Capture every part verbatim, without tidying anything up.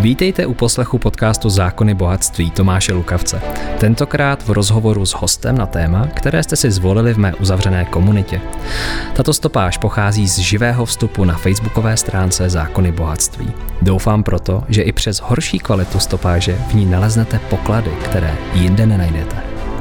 Vítejte u poslechu podcastu Zákony bohatství Tomáše Lukavce. Tentokrát v rozhovoru s hostem na téma, které jste si zvolili v mé uzavřené komunitě. Tato stopáž pochází z živého vstupu na facebookové stránce Zákony bohatství. Doufám proto, že i přes horší kvalitu stopáže v ní naleznete poklady, které jinde nenajdete.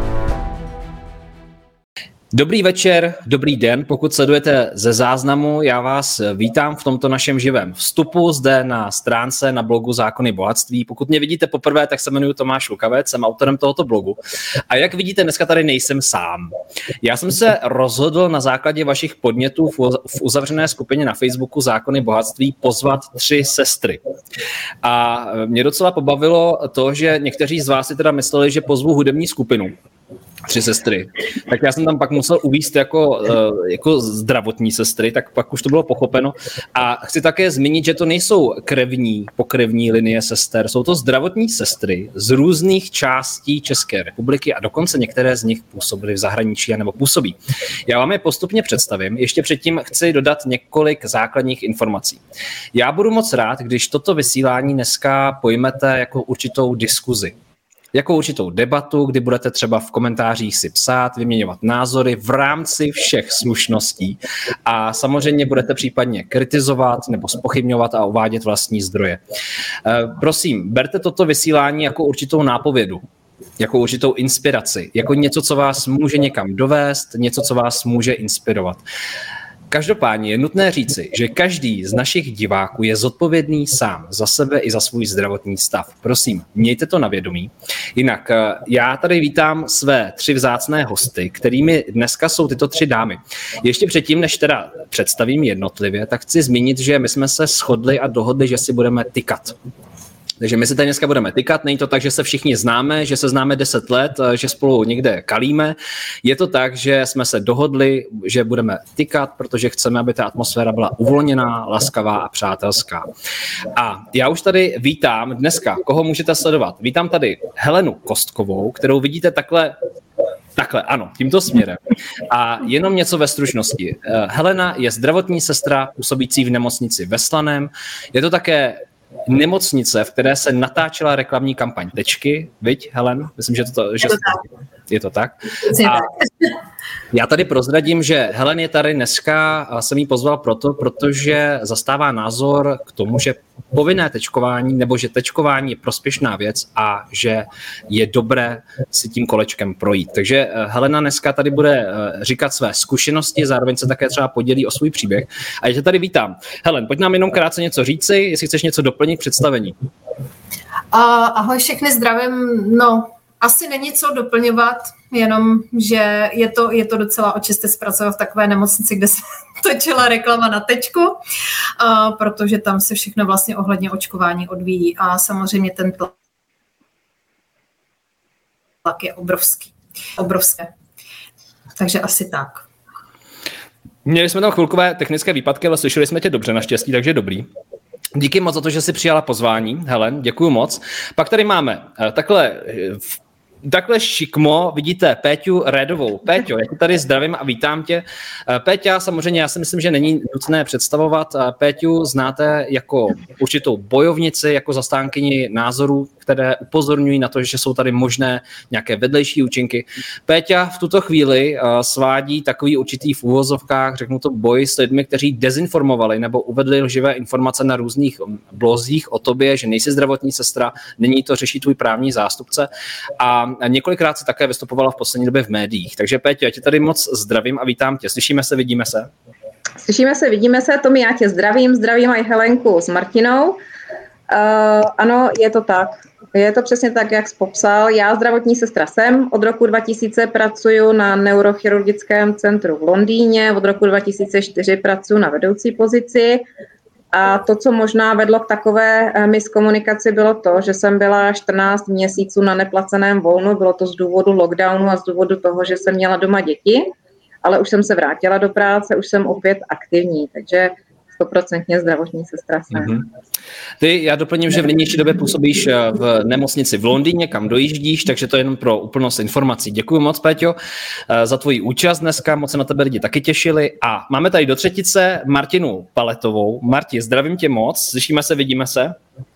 Dobrý večer, dobrý den, pokud sledujete ze záznamu, já vás vítám v tomto našem živém vstupu zde na stránce na blogu Zákony bohatství. Pokud mě vidíte poprvé, tak se jmenuji Tomáš Lukavec, jsem autorem tohoto blogu. A jak vidíte, dneska tady nejsem sám. Já jsem se rozhodl na základě vašich podnětů v uzavřené skupině na Facebooku Zákony bohatství pozvat tři sestry. A mě docela pobavilo to, že někteří z vás si teda mysleli, že pozvu hudební skupinu. Tři sestry. Tak já jsem tam pak musel uvést jako, jako zdravotní sestry, tak pak už to bylo pochopeno. A chci také zmínit, že to nejsou krevní, pokrevní linie sester, jsou to zdravotní sestry z různých částí České republiky a dokonce některé z nich působily v zahraničí nebo působí. Já vám je postupně představím, ještě předtím chci dodat několik základních informací. Já budu moc rád, když toto vysílání dneska pojmete jako určitou diskuzi. Jako určitou debatu, kdy budete třeba v komentářích si psát, vyměňovat názory v rámci všech slušností a samozřejmě budete případně kritizovat nebo zpochybňovat a uvádět vlastní zdroje. Prosím, berte toto vysílání jako určitou nápovědu, jako určitou inspiraci, jako něco, co vás může někam dovést, něco, co vás může inspirovat. Každopádně je nutné říci, že každý z našich diváků je zodpovědný sám za sebe i za svůj zdravotní stav. Prosím, mějte to na vědomí. Jinak já tady vítám své tři vzácné hosty, kterými dneska jsou tyto tři dámy. Ještě předtím, než teda představím jednotlivě, tak chci zmínit, že my jsme se shodli a dohodli, že si budeme tykat. Takže my si tady dneska budeme tykat, není to tak, že se všichni známe, že se známe deset let, že spolu někde kalíme. Je to tak, že jsme se dohodli, že budeme tykat, protože chceme, aby ta atmosféra byla uvolněná, laskavá a přátelská. A já už tady vítám dneska, koho můžete sledovat. Vítám tady Helenu Kostkovou, kterou vidíte takhle, takhle, ano, tímto směrem. A jenom něco ve stručnosti. Helena je zdravotní sestra působící v nemocnici ve Slaném. Je to také nemocnice, v které se natáčela reklamní kampaň Tečky, viď, Helen? Myslím, že to, že je to tak. Je to tak. A já tady prozradím, že Helen je tady dneska, a jsem jí pozval proto, protože zastává názor k tomu, že povinné tečkování, nebo že tečkování je prospěšná věc a že je dobré si tím kolečkem projít. Takže Helena dneska tady bude říkat své zkušenosti, zároveň se také třeba podělí o svůj příběh. A já tě tady vítám. Helen, pojď nám jenom krátce něco říci, jestli chceš něco doplnit k představení. Uh, ahoj, všechny zdravím. No, asi není co doplňovat, jenom, že je to, je to docela očisté zpracovat v takové nemocnici, kde se točila reklama na Tečku, uh, protože tam se všechno vlastně ohledně očkování odvíjí a samozřejmě ten tlak je obrovský. Obrovské. Takže asi tak. Měli jsme tam chvilkové technické výpadky, ale slyšeli jsme tě dobře naštěstí, takže dobrý. Díky moc za to, že jsi přijala pozvání, Helen, děkuju moc. Pak tady máme takhle, takhle šikmo, vidíte Péťu Rédovou. Péťo, já tě tady zdravím a vítám tě. Péťa, samozřejmě já si myslím, že není nutné představovat. Péťu znáte jako určitou bojovnici, jako zastánkyni názorů, které upozorňují na to, že jsou tady možné nějaké vedlejší účinky. Péťa v tuto chvíli svádí takový určitý v úvozovkách, řeknu to, boj s lidmi, kteří dezinformovali nebo uvedli lživé informace na různých blozích o tobě, že nejsi zdravotní sestra, není to, řeší tvůj právní zástupce. A několikrát se také vystupovala v poslední době v médiích. Takže Péťo, já tě tady moc zdravím a vítám tě. Slyšíme se, vidíme se? Slyšíme se, vidíme se. Tomi, já tě zdravím, zdravím i Helenku s Martinou. Uh, ano, je to tak. Je to přesně tak, jak jsi popsal. Já zdravotní sestra jsem. Od roku dva tisíce pracuji na neurochirurgickém centru v Londýně. Od roku dva tisíce čtyři pracuji na vedoucí pozici. A to, co možná vedlo k takové miskomunikaci, bylo to, že jsem byla čtrnáct měsíců na neplaceném volnu. Bylo to z důvodu lockdownu a z důvodu toho, že jsem měla doma děti. Ale už jsem se vrátila do práce, už jsem opět aktivní, takže stoprocentně zdravotní sestra jsem. Mm-hmm. Ty, já doplním, že v nynější době působíš v nemocnici v Londýně, kam dojíždíš, takže to je jenom pro úplnost informací. Děkuji moc, Péťo, za tvoji účast dneska, moc se na tebe lidi taky těšili. A máme tady do třetice Martinu Paletovou. Marti, zdravím tě moc, slyšíme se, vidíme se?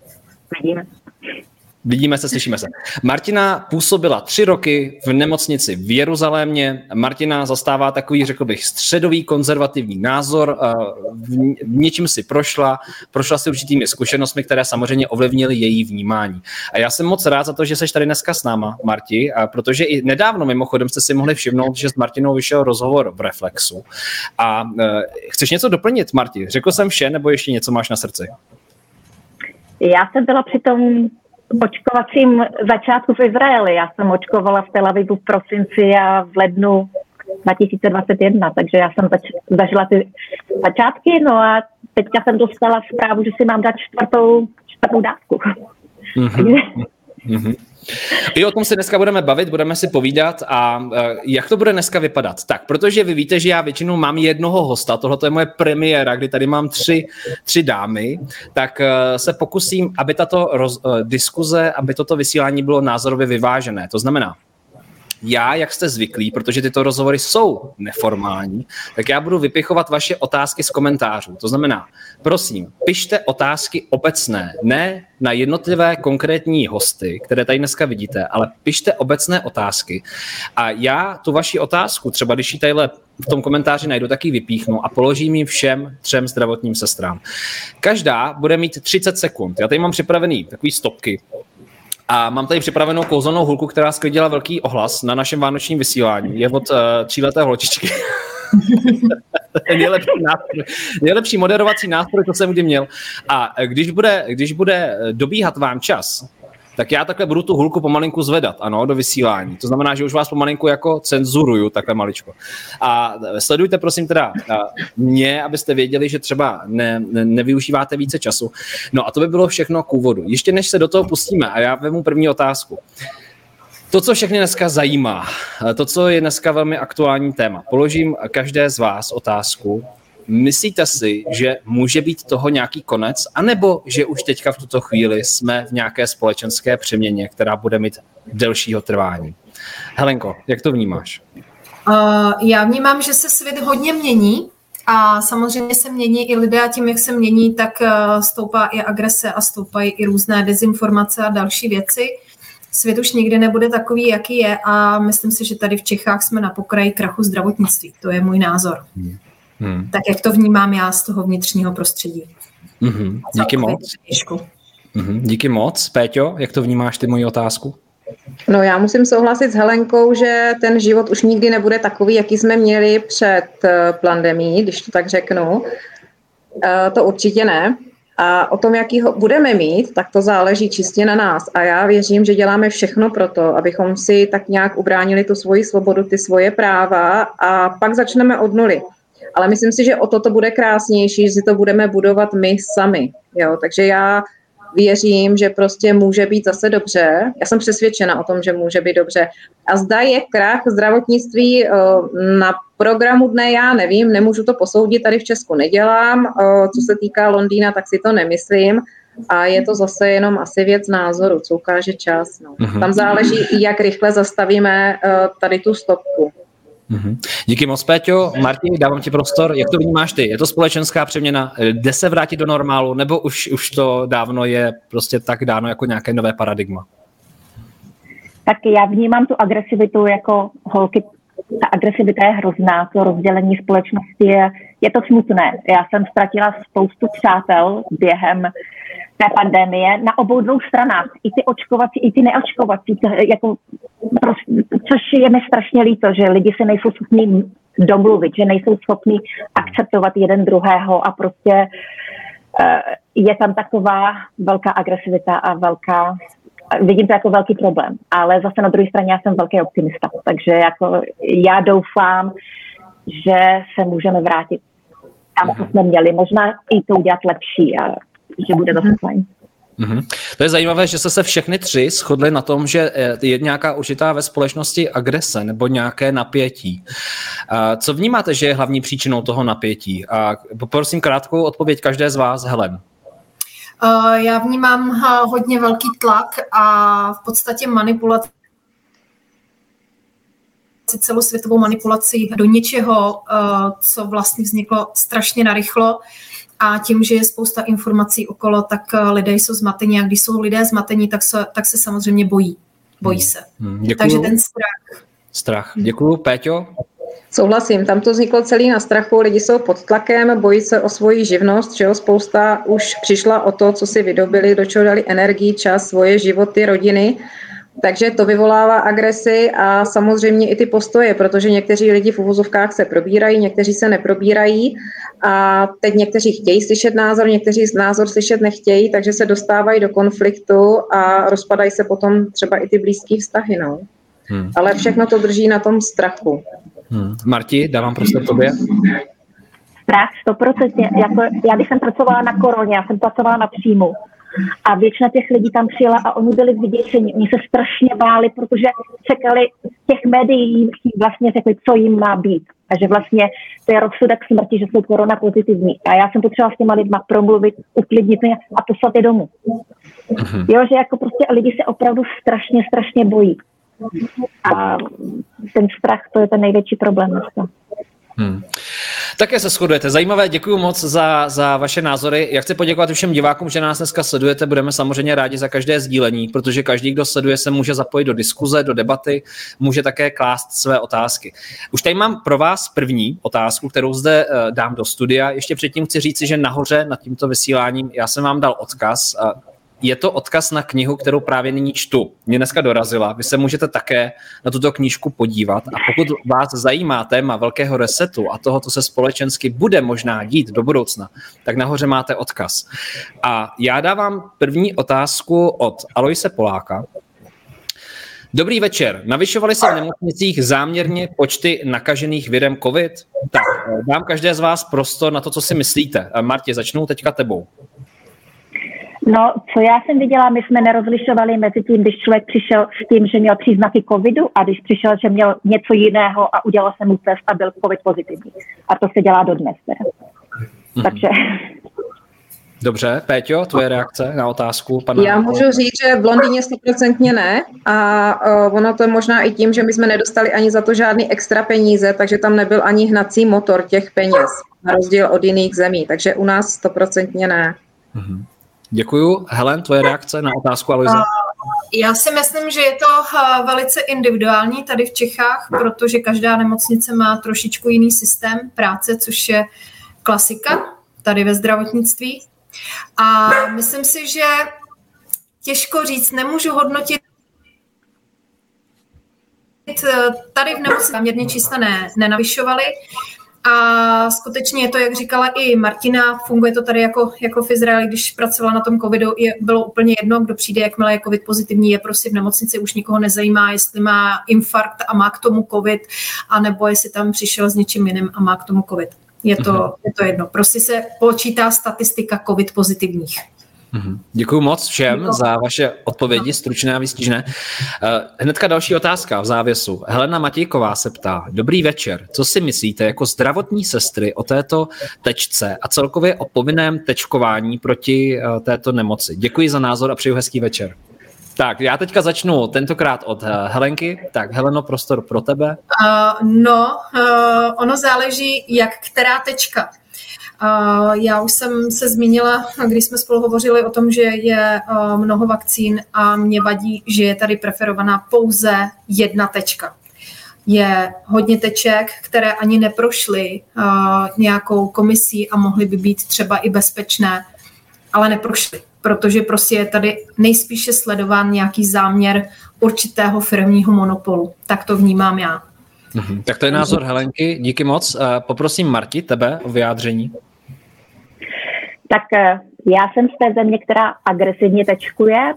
Vidíme. Vidíme se, slyšíme se. Martina působila tři roky v nemocnici v Jeruzalémě. Martina zastává takový, řekl bych, středový konzervativní názor. V něčím si prošla, prošla si určitými zkušenostmi, které samozřejmě ovlivnily její vnímání. A já jsem moc rád za to, že jsi tady dneska s náma, Marti, a protože i nedávno mimochodem jste si mohli všimnout, že s Martinou vyšel rozhovor v Reflexu. A chceš něco doplnit, Marti? Řekl jsem vše, nebo ještě něco máš na srdci? Já jsem byla při tom očkovacím začátku v Izraeli. Já jsem očkovala v Tel Avivu v prosinci a v lednu dva tisíce dvacet jedna, takže já jsem zač- zažila ty začátky, no a teďka jsem dostala zprávu, že si mám dát čtvrtou, čtvrtou dávku. Mm-hmm. Mm-hmm. I o tom se dneska budeme bavit, budeme si povídat a uh, jak to bude dneska vypadat. Tak, protože vy víte, že já většinou mám jednoho hosta, tohle je moje premiéra, kdy tady mám tři, tři dámy, tak uh, se pokusím, aby tato roz, uh, diskuze, aby toto vysílání bylo názorově vyvážené. To znamená, já, jak jste zvyklí, protože tyto rozhovory jsou neformální, tak já budu vypichovat vaše otázky z komentářů. To znamená, prosím, pište otázky obecné, ne na jednotlivé konkrétní hosty, které tady dneska vidíte, ale pište obecné otázky. A já tu vaši otázku, třeba když ji tadyhle v tom komentáři najdu, tak ji vypíchnu a položím ji všem třem zdravotním sestrám. Každá bude mít třicet sekund. Já tady mám připravený takový stopky. A mám tady připravenou kouzelnou hulku, která sklidila velký ohlas na našem vánočním vysílání. Je od uh, tříleté holčičky. nejlepší, nástroj, nejlepší moderovací nástroj, to jsem kdy měl. A když bude, když bude dobíhat vám čas, tak já takhle budu tu hulku pomalinku zvedat, ano, do vysílání. To znamená, že už vás pomalinku jako cenzuruju, takhle maličko. A sledujte prosím teda mě, abyste věděli, že třeba ne, ne, nevyužíváte více času. No a to by bylo všechno k úvodu. Ještě než se do toho pustíme, a já vezmu první otázku. To, co všechny dneska zajímá, to, co je dneska velmi aktuální téma, položím každé z vás otázku. Myslíte si, že může být toho nějaký konec, anebo že už teďka v tuto chvíli jsme v nějaké společenské přeměně, která bude mít delšího trvání? Helenko, jak to vnímáš? Uh, já vnímám, že se svět hodně mění a samozřejmě se mění i lidé a tím, jak se mění, tak uh, stoupá i agrese a stoupají i různé dezinformace a další věci. Svět už nikdy nebude takový, jaký je a myslím si, že tady v Čechách jsme na pokraji krachu zdravotnictví. To je můj názor. Hmm. Hmm. Tak jak to vnímám já z toho vnitřního prostředí. Mm-hmm. Díky moc. Mm-hmm. Díky moc. Péťo, jak to vnímáš ty moji otázku? No já musím souhlasit s Helenkou, že ten život už nikdy nebude takový, jaký jsme měli před pandemií, když to tak řeknu. E, to určitě ne. A o tom, jaký ho budeme mít, tak to záleží čistě na nás. A já věřím, že děláme všechno pro to, abychom si tak nějak ubránili tu svoji svobodu, ty svoje práva a pak začneme od nuly. Ale myslím si, že o to to bude krásnější, že si to budeme budovat my sami. Jo? Takže já věřím, že prostě může být zase dobře. Já jsem přesvědčena o tom, že může být dobře. A zda je krach zdravotnictví na programu dne, já nevím, nemůžu to posoudit, tady v Česku nedělám. Co se týká Londýna, tak si to nemyslím. A je to zase jenom asi věc názoru, co ukáže čas. No. Mm-hmm. Tam záleží, jak rychle zastavíme tady tu stopku. Mm-hmm. Díky moc, Péťo. Martin, dávám ti prostor. Jak to vnímáš ty? Je to společenská přeměna? Jde se vrátit do normálu? Nebo už, už to dávno je prostě tak dáno jako nějaké nové paradigma? Tak já vnímám tu agresivitu jako holky. Ta agresivita je hrozná, to rozdělení společnosti je, je to smutné. Já jsem ztratila spoustu přátel během té pandemie na obou dvou stranách. I ty očkovací, i ty neočkovací. To, jako, což je mi strašně líto, že lidi se nejsou schopni domluvit, že nejsou schopni akceptovat jeden druhého a prostě uh, je tam taková velká agresivita a velká, vidím to jako velký problém. Ale zase na druhé straně já jsem velký optimista, takže jako já doufám, že se můžeme vrátit tam, co jsme měli. Možná i to udělat lepší a že bude zase fajn. Mm-hmm. To je zajímavé, že se se všechny tři shodly na tom, že je nějaká určitá ve společnosti agrese nebo nějaké napětí. Co vnímáte, že je hlavní příčinou toho napětí? A poprosím krátkou odpověď každé z vás, Helen. Já vnímám hodně velký tlak a v podstatě manipulaci, celosvětovou manipulaci do něčeho, co vlastně vzniklo strašně narychlo. a tím, že je spousta informací okolo, tak lidé jsou zmatení a když jsou lidé zmatení, tak se, tak se samozřejmě bojí. Bojí se. Hmm. Takže ten strach. Strach. Děkuju. Péťo? Souhlasím, tam to vzniklo celý na strachu, lidi jsou pod tlakem, bojí se o svoji živnost, že jo, spousta už přišla o to, co si vydobili, do čeho dali energii, čas, svoje životy, rodiny, takže to vyvolává agresi a samozřejmě i ty postoje, protože někteří lidi v uvozovkách se probírají, někteří se neprobírají a teď někteří chtějí slyšet názor, někteří názor slyšet nechtějí, takže se dostávají do konfliktu a rozpadají se potom třeba i ty blízký vztahy, no. Hmm. Ale všechno to drží na tom strachu. Hmm. Marti, dávám prostor tobě. Strach, stoprocentně. Jako, já když jsem pracovala na koroně, já jsem pracovala na příjmu a většina těch lidí tam přijela a oni byli vyděšení, oni se strašně báli, protože čekali těch médií, vlastně řekli, co jim má být. A že vlastně to je rozsudek smrti, že jsou korona pozitivní. A já jsem potřebovala s těma lidma promluvit, uklidnit mě a poslat je domů. Mm-hmm. Jo, že jako prostě lidi se opravdu strašně, strašně bojí. A ten strach, to je ten největší problém. Hmm. Také se shodujete. Zajímavé, děkuji moc za, za vaše názory. Já chci poděkovat všem divákům, že nás dneska sledujete. Budeme samozřejmě rádi za každé sdílení, protože každý, kdo sleduje, se může zapojit do diskuze, do debaty, může také klást své otázky. Už tady mám pro vás první otázku, kterou zde uh, dám do studia. Ještě předtím chci říci, že nahoře nad tímto vysíláním já jsem vám dal odkaz. Uh, Je to odkaz na knihu, kterou právě nyní čtu. Mě dneska dorazila. Vy se můžete také na tuto knížku podívat. A pokud vás zajímá téma velkého resetu a toho, co se společensky bude možná dít do budoucna, tak nahoře máte odkaz. A já dávám první otázku od Aloise Poláka. Dobrý večer. Navyšovaly se v nemocnicích záměrně počty nakažených virem COVID? Tak, dám každé z vás prostor na to, co si myslíte. Martě, začnu teďka tebou. No, co já jsem viděla, my jsme nerozlišovali mezi tím, když člověk přišel s tím, že měl příznaky covidu a když přišel, že měl něco jiného a udělal se mu test a byl covid pozitivní. A to se dělá dodnes. Mm-hmm. Takže... Dobře, Péťo, tvoje reakce na otázku? Pana... Já můžu říct, že v Londýně stoprocentně ne a uh, ono to je možná i tím, že my jsme nedostali ani za to žádný extra peníze, takže tam nebyl ani hnací motor těch peněz, na rozdíl od jiných zemí, takže u nás stoprocentně ne. Mm-hmm. Děkuju. Helen, tvoje reakce na otázku Aloise? Já si myslím, že je to velice individuální tady v Čechách, protože každá nemocnice má trošičku jiný systém práce, což je klasika tady ve zdravotnictví. A myslím si, že těžko říct, nemůžu hodnotit tady v nemocnici záměrně čísla ne, nenavyšovali. A skutečně je to, jak říkala i Martina, funguje to tady jako, jako v Izraeli, když pracovala na tom covidu, je, bylo úplně jedno, kdo přijde, jakmile je covid pozitivní, je prostě v nemocnici, už nikoho nezajímá, jestli má infarkt a má k tomu covid, anebo jestli tam přišel s něčím jiným a má k tomu covid. Je to, uh-huh. je to jedno. Prostě se počítá statistika covid pozitivních. Děkuji moc všem za vaše odpovědi, stručné a výstižné. Hnedka další otázka v závěsu. Helena Matějková se ptá, dobrý večer, co si myslíte jako zdravotní sestry o této tečce a celkově o povinném tečkování proti této nemoci? Děkuji za názor a přeju hezký večer. Tak, já teďka začnu tentokrát od Helenky. Tak, Heleno, prostor pro tebe. Uh, no, uh, ono záleží, jak která tečka. Uh, já už jsem se zmínila, když jsme spolu hovořili o tom, že je uh, mnoho vakcín a mě vadí, že je tady preferovaná pouze jedna tečka. Je hodně teček, které ani neprošly uh, nějakou komisí a mohly by být třeba i bezpečné, ale neprošly, protože prostě je tady nejspíše sledován nějaký záměr určitého firmního monopolu. Tak to vnímám já. Mhm. Tak to je názor Helenky, díky moc. Poprosím Marti, tebe o vyjádření. Tak já jsem z té země, která agresivně tečkuje.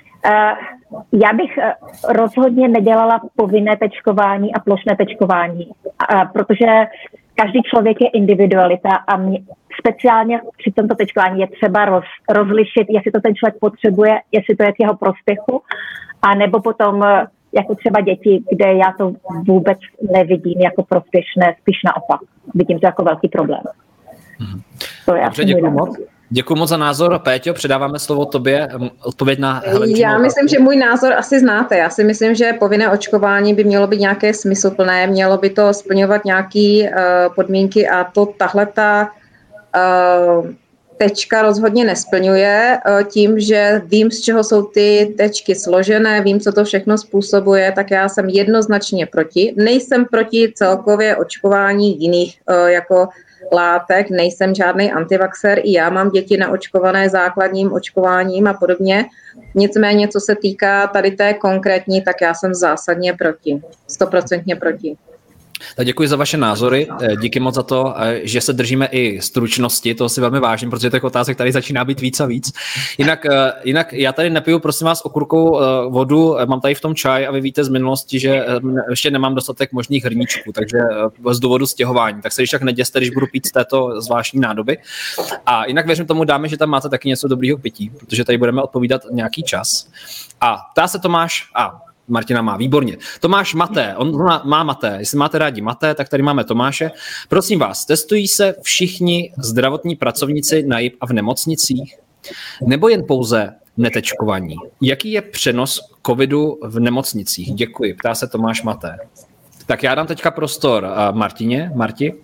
Já bych rozhodně nedělala povinné tečkování a plošné tečkování, protože každý člověk je individualita a mě, speciálně při tomto tečkování je třeba roz, rozlišit, jestli to ten člověk potřebuje, jestli to je k jeho prospěchu, a nebo potom jako třeba děti, kde já to vůbec nevidím jako prospěšné, spíš naopak. Vidím to jako velký problém. Hmm. To já Dobře, děkuji moc. Děkuji moc za názor. Péťo, předáváme slovo tobě. Odpověď na Helenčinu. Já myslím, že můj názor asi znáte. Já si myslím, že povinné očkování by mělo být nějaké smysluplné, mělo by to splňovat nějaké uh, podmínky a to tahleta uh, tečka rozhodně nesplňuje tím, že vím, z čeho jsou ty tečky složené, vím, co to všechno způsobuje, tak já jsem jednoznačně proti. Nejsem proti celkově očkování jiných jako látek, nejsem žádný antivaxer, i já mám děti naočkované základním očkováním a podobně. Nicméně, co se týká tady té konkrétní, tak já jsem zásadně proti, stoprocentně proti. Tak děkuji za vaše názory, díky moc za to, že se držíme i stručnosti, to si velmi vážím, protože těch otázek tady začíná být víc a víc. Jinak, jinak já tady nepiju, prosím vás, okurkovou vodu, mám tady v tom čaj a vy víte z minulosti, že ještě nemám dostatek možných hrníčků, takže z důvodu stěhování, tak se když tak neděste, když budu pít z této zvláštní nádoby. A jinak věřím tomu, dáme, že tam máte taky něco dobrýho pití, protože tady budeme odpovídat nějaký čas. A ptá se Tomáš, a Martina má, výborně. Tomáš Maté, on má Maté, jestli máte rádi Maté, tak tady máme Tomáše. Prosím vás, testují se všichni zdravotní pracovníci na J I P a v nemocnicích? Nebo jen pouze netečkovaní? Jaký je přenos covidu v nemocnicích? Děkuji, ptá se Tomáš Maté. Tak já dám teďka prostor Martině. Marti?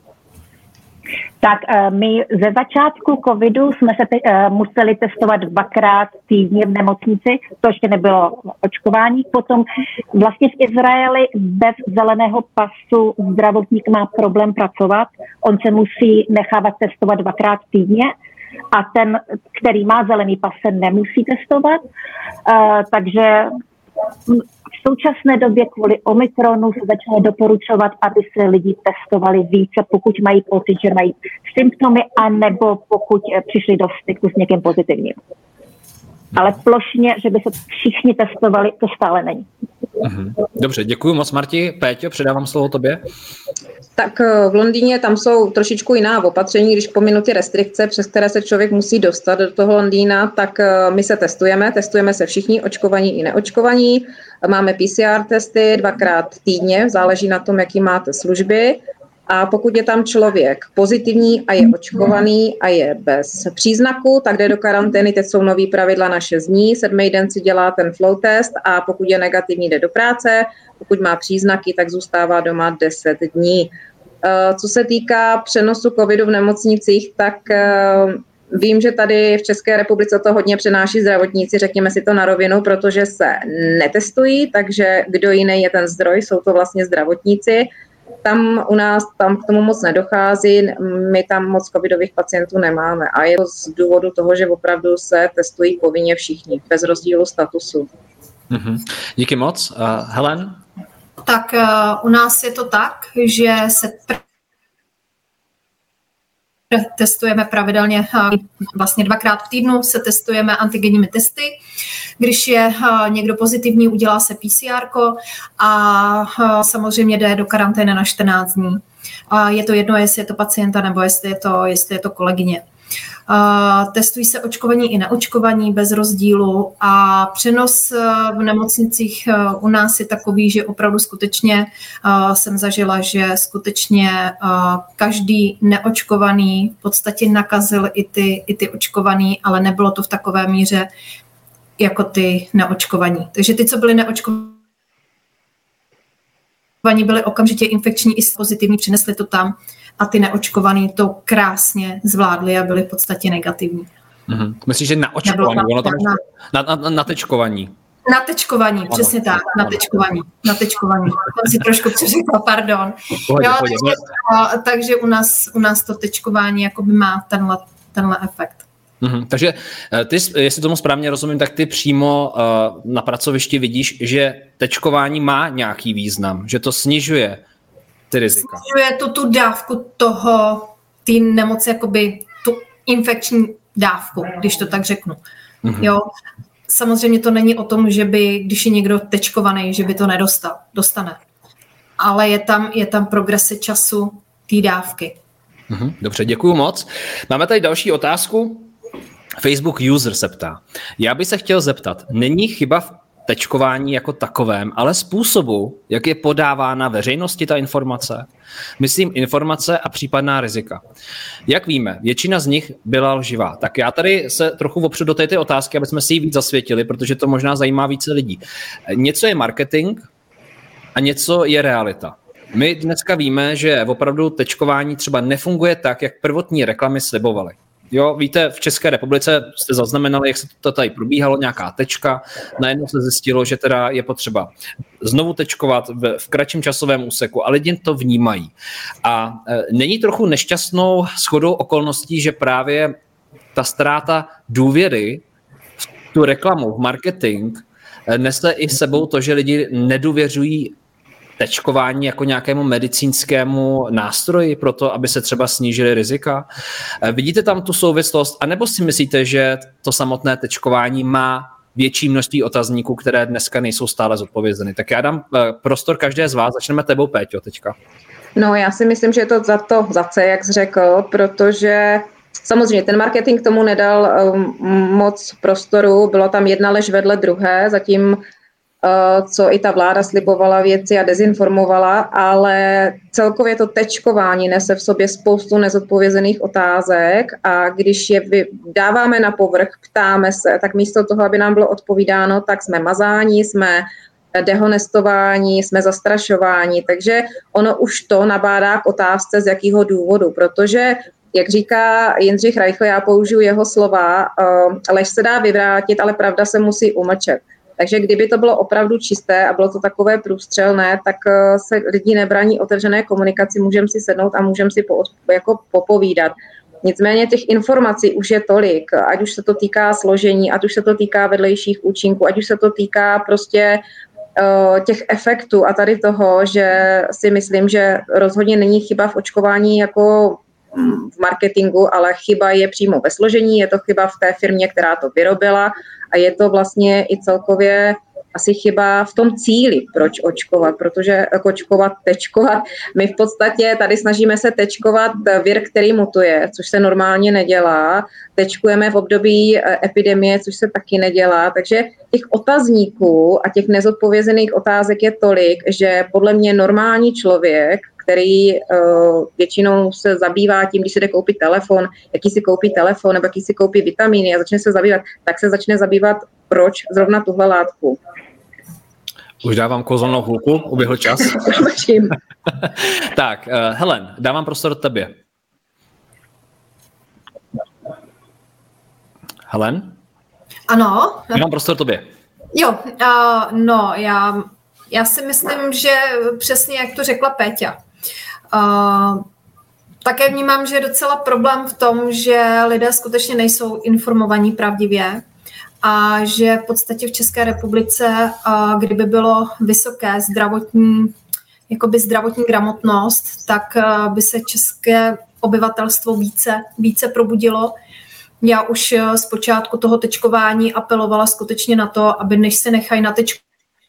Tak my ze začátku covidu jsme se te- museli testovat dvakrát týdně v nemocnici, to ještě nebylo očkování. Potom vlastně v Izraeli bez zeleného pasu zdravotník má problém pracovat. On se musí nechávat testovat dvakrát týdně a ten, který má zelený pas, se nemusí testovat. Uh, takže v současné době kvůli Omikronu se začalo doporučovat, aby se lidi testovali více, pokud mají pocit, že mají symptomy, anebo pokud přišli do styku s někým pozitivním. Ale plošně, že by se všichni testovali, to stále není. Dobře, děkuji moc, Marti. Péťo, předávám slovo tobě. Tak v Londýně tam jsou trošičku jiná opatření, když pominu ty restrikce, přes které se člověk musí dostat do toho Londýna, tak my se testujeme, testujeme se všichni, očkovaní i neočkovaní, máme P C R testy dvakrát týdně, záleží na tom, jaký máte služby. A pokud je tam člověk pozitivní a je očkovaný a je bez příznaku, tak jde do karantény. Teď jsou nový pravidla na šest dní, sedmý den si dělá ten flow test a pokud je negativní, jde do práce. Pokud má příznaky, tak zůstává doma deset dní. Co se týká přenosu covidu v nemocnicích, tak vím, že tady v České republice to hodně přenáší zdravotníci, řekněme si to na rovinu, protože se netestují, takže kdo jiný je ten zdroj, jsou to vlastně zdravotníci. Tam u nás tam k tomu moc nedochází, my tam moc covidových pacientů nemáme a je to z důvodu toho, že opravdu se testují povinně všichni, bez rozdílu statusu. Mm-hmm. Díky moc. Uh, Helen? Tak uh, u nás je to tak, že se pr- testujeme pravidelně, vlastně dvakrát v týdnu se testujeme antigenními testy. Když je někdo pozitivní, udělá se P C R ko a samozřejmě jde do karantény na čtrnáct dní. Je to jedno, jestli je to pacienta nebo jestli je to, jestli je to kolegyně. Testují se očkovaní i neočkovaní bez rozdílu a přenos v nemocnicích u nás je takový, že opravdu skutečně jsem zažila, že skutečně každý neočkovaný v podstatě nakazil i ty, i ty očkovaný, ale nebylo to v takové míře jako ty neočkovaní. Takže ty, co byly neočkovaní, byly okamžitě infekční i pozitivní, přinesli to tam a ty neočkovaný to krásně zvládli a byli v podstatě negativní. Mm-hmm. Myslíš, že naočkovaní? Na, ono tam na, na, na, natečkovaní. Natečkovaní, ano, přesně tak, ano. natečkovaní, natečkovaní. Jsem si trošku přeřekla, pardon. Pohodě, jo, pohodě. takže, a, takže u nás, u nás to tečkování jakoby má tenhle, tenhle efekt. Mm-hmm. Takže ty, jestli tomu správně rozumím, tak ty přímo uh, na pracovišti vidíš, že tečkování má nějaký význam, že to snižuje ty rizika. Snižuje to tu dávku toho, ty nemoci, jakoby tu infekční dávku, když to tak řeknu. Mm-hmm. Jo. Samozřejmě to není o tom, že by, když je někdo tečkovaný, že by to nedostal, dostane. Ale je tam, je tam progrese času té dávky. Mm-hmm. Dobře, děkuju moc. Máme tady další otázku. Facebook user se ptá. Já bych se chtěl zeptat, není chyba v tečkování jako takovém, ale způsobu, jak je podávána veřejnosti ta informace? Myslím informace a případná rizika. Jak víme, většina z nich byla lživá. Tak já tady se trochu opřu do této otázky, aby jsme si ji víc zasvětili, protože to možná zajímá více lidí. Něco je marketing a něco je realita. My dneska víme, že opravdu tečkování třeba nefunguje tak, jak prvotní reklamy slibovaly. Jo, víte, v České republice jste zaznamenali, jak se to tady probíhalo, nějaká tečka, najednou se zjistilo, že teda je potřeba znovu tečkovat v, v kratším časovém úseku a lidi to vnímají. A e, není trochu nešťastnou shodou okolností, že právě ta ztráta důvěry v tu reklamu, v marketing, e, nese i sebou to, že lidi nedůvěřují tečkování jako nějakému medicínskému nástroji pro to, aby se třeba snížily rizika. Vidíte tam tu souvislost, anebo si myslíte, že to samotné tečkování má větší množství otazníků, které dneska nejsou stále zodpovězeny? Tak já dám prostor každé z vás. Začneme tebou, Péťo, teďka. No, já si myslím, že je to za to, za C, jak jsi řekl, protože samozřejmě ten marketing tomu nedal um, moc prostoru, bylo tam jedna lež vedle druhé, zatím co i ta vláda slibovala věci a dezinformovala, ale celkově to tečkování nese v sobě spoustu nezodpovězených otázek a když je dáváme na povrch, ptáme se, tak místo toho, aby nám bylo odpovídáno, tak jsme mazáni, jsme dehonestováni, jsme zastrašováni, takže ono už to nabádá k otázce, z jakého důvodu, protože jak říká Jindřich Reichl, já použiju jeho slova, lež se dá vyvrátit, ale pravda se musí umlčet. Takže kdyby to bylo opravdu čisté a bylo to takové průstřelné, tak se lidi nebrání otevřené komunikaci, můžeme si sednout a můžeme si po, jako popovídat. Nicméně těch informací už je tolik, ať už se to týká složení, ať už se to týká vedlejších účinků, ať už se to týká prostě uh, těch efektů a tady toho, že si myslím, že rozhodně není chyba v očkování jako v marketingu, ale chyba je přímo ve složení, je to chyba v té firmě, která to vyrobila a je to vlastně i celkově asi chyba v tom cíli, proč očkovat, protože očkovat, tečkovat, my v podstatě tady snažíme se tečkovat vir, který mutuje, což se normálně nedělá, tečkujeme v období epidemie, což se taky nedělá, takže těch otazníků a těch nezodpovězených otázek je tolik, že podle mě normální člověk, který uh, většinou se zabývá tím, když si jde koupit telefon, jaký si koupí telefon nebo jaký si koupí vitamíny a začne se zabývat, tak se začne zabývat, proč zrovna tuhle látku. Už dávám kouzelnou hůlku, uběhl čas. Tak, uh, Helen, dávám prostor tebě. Helen? Ano. Dávám prostor tobě. Jo, uh, no, já, já si myslím, že přesně jak to řekla Péťa. Uh, také vnímám, že je docela problém v tom, že lidé skutečně nejsou informovaní pravdivě a že v podstatě v České republice, uh, kdyby bylo vysoké zdravotní, jakoby zdravotní gramotnost, tak uh, by se české obyvatelstvo více, více probudilo. Já už z počátku toho tečkování apelovala skutečně na to, aby než se nechají natečkovat,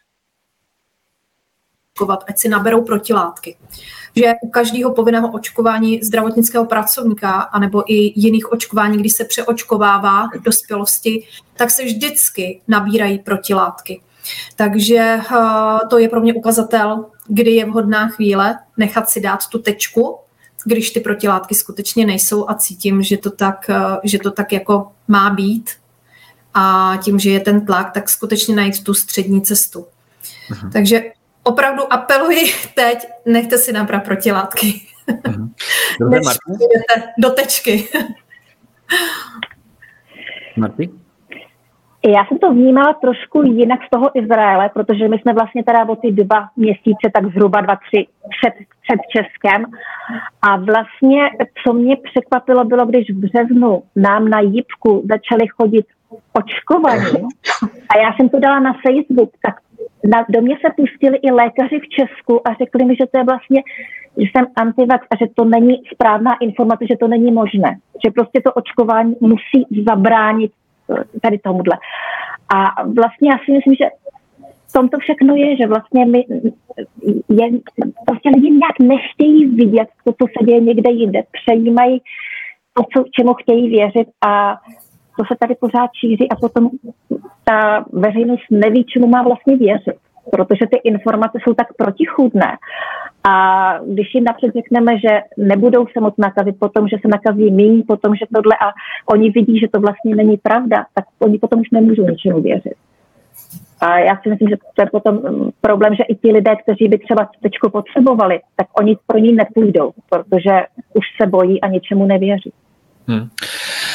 ať si naberou protilátky. Že u každého povinného očkování zdravotnického pracovníka anebo i jiných očkování, když se přeočkovává v dospělosti, tak se vždycky nabírají protilátky. Takže to je pro mě ukazatel, kdy je vhodná chvíle nechat si dát tu tečku, když ty protilátky skutečně nejsou a cítím, že to tak, že to tak jako má být a tím, že je ten tlak, tak skutečně najít tu střední cestu. Uh-huh. Takže opravdu apeluji teď, nechte si nabrat protilátky. Uh-huh. Než jdete do tečky. Marty? Já jsem to vnímala trošku jinak z toho Izraele, protože my jsme vlastně teda o ty dva měsíce, tak zhruba dva, tři před, před Českem. A vlastně, co mě překvapilo, bylo, když v březnu nám na Jipku začali chodit očkovaní. A já jsem to dala na Facebook, tak na, do mě se pustili i lékaři v Česku a řekli mi, že to je vlastně, že jsem antivax a že to není správná informace, že to není možné. Že prostě to očkování musí zabránit tady tomuhle. A vlastně já si myslím, že v tom to všechno je, že vlastně my je, prostě lidi nějak nechtějí vidět to, co se děje někde jinde. Přejímají to, co, čemu chtějí věřit a to se tady pořád šíří a potom ta veřejnost neví, čemu má vlastně věřit, protože ty informace jsou tak protichůdné. A když jim napřed řekneme, že nebudou se moc nakazit, potom, že se nakazí míň, potom, že tohle a oni vidí, že to vlastně není pravda, tak oni potom už nemůžou ničemu věřit. A já si myslím, že to je potom problém, že i ti lidé, kteří by třeba tečku potřebovali, tak oni pro ní nepůjdou, protože už se bojí a ničemu nevěří. Hmm.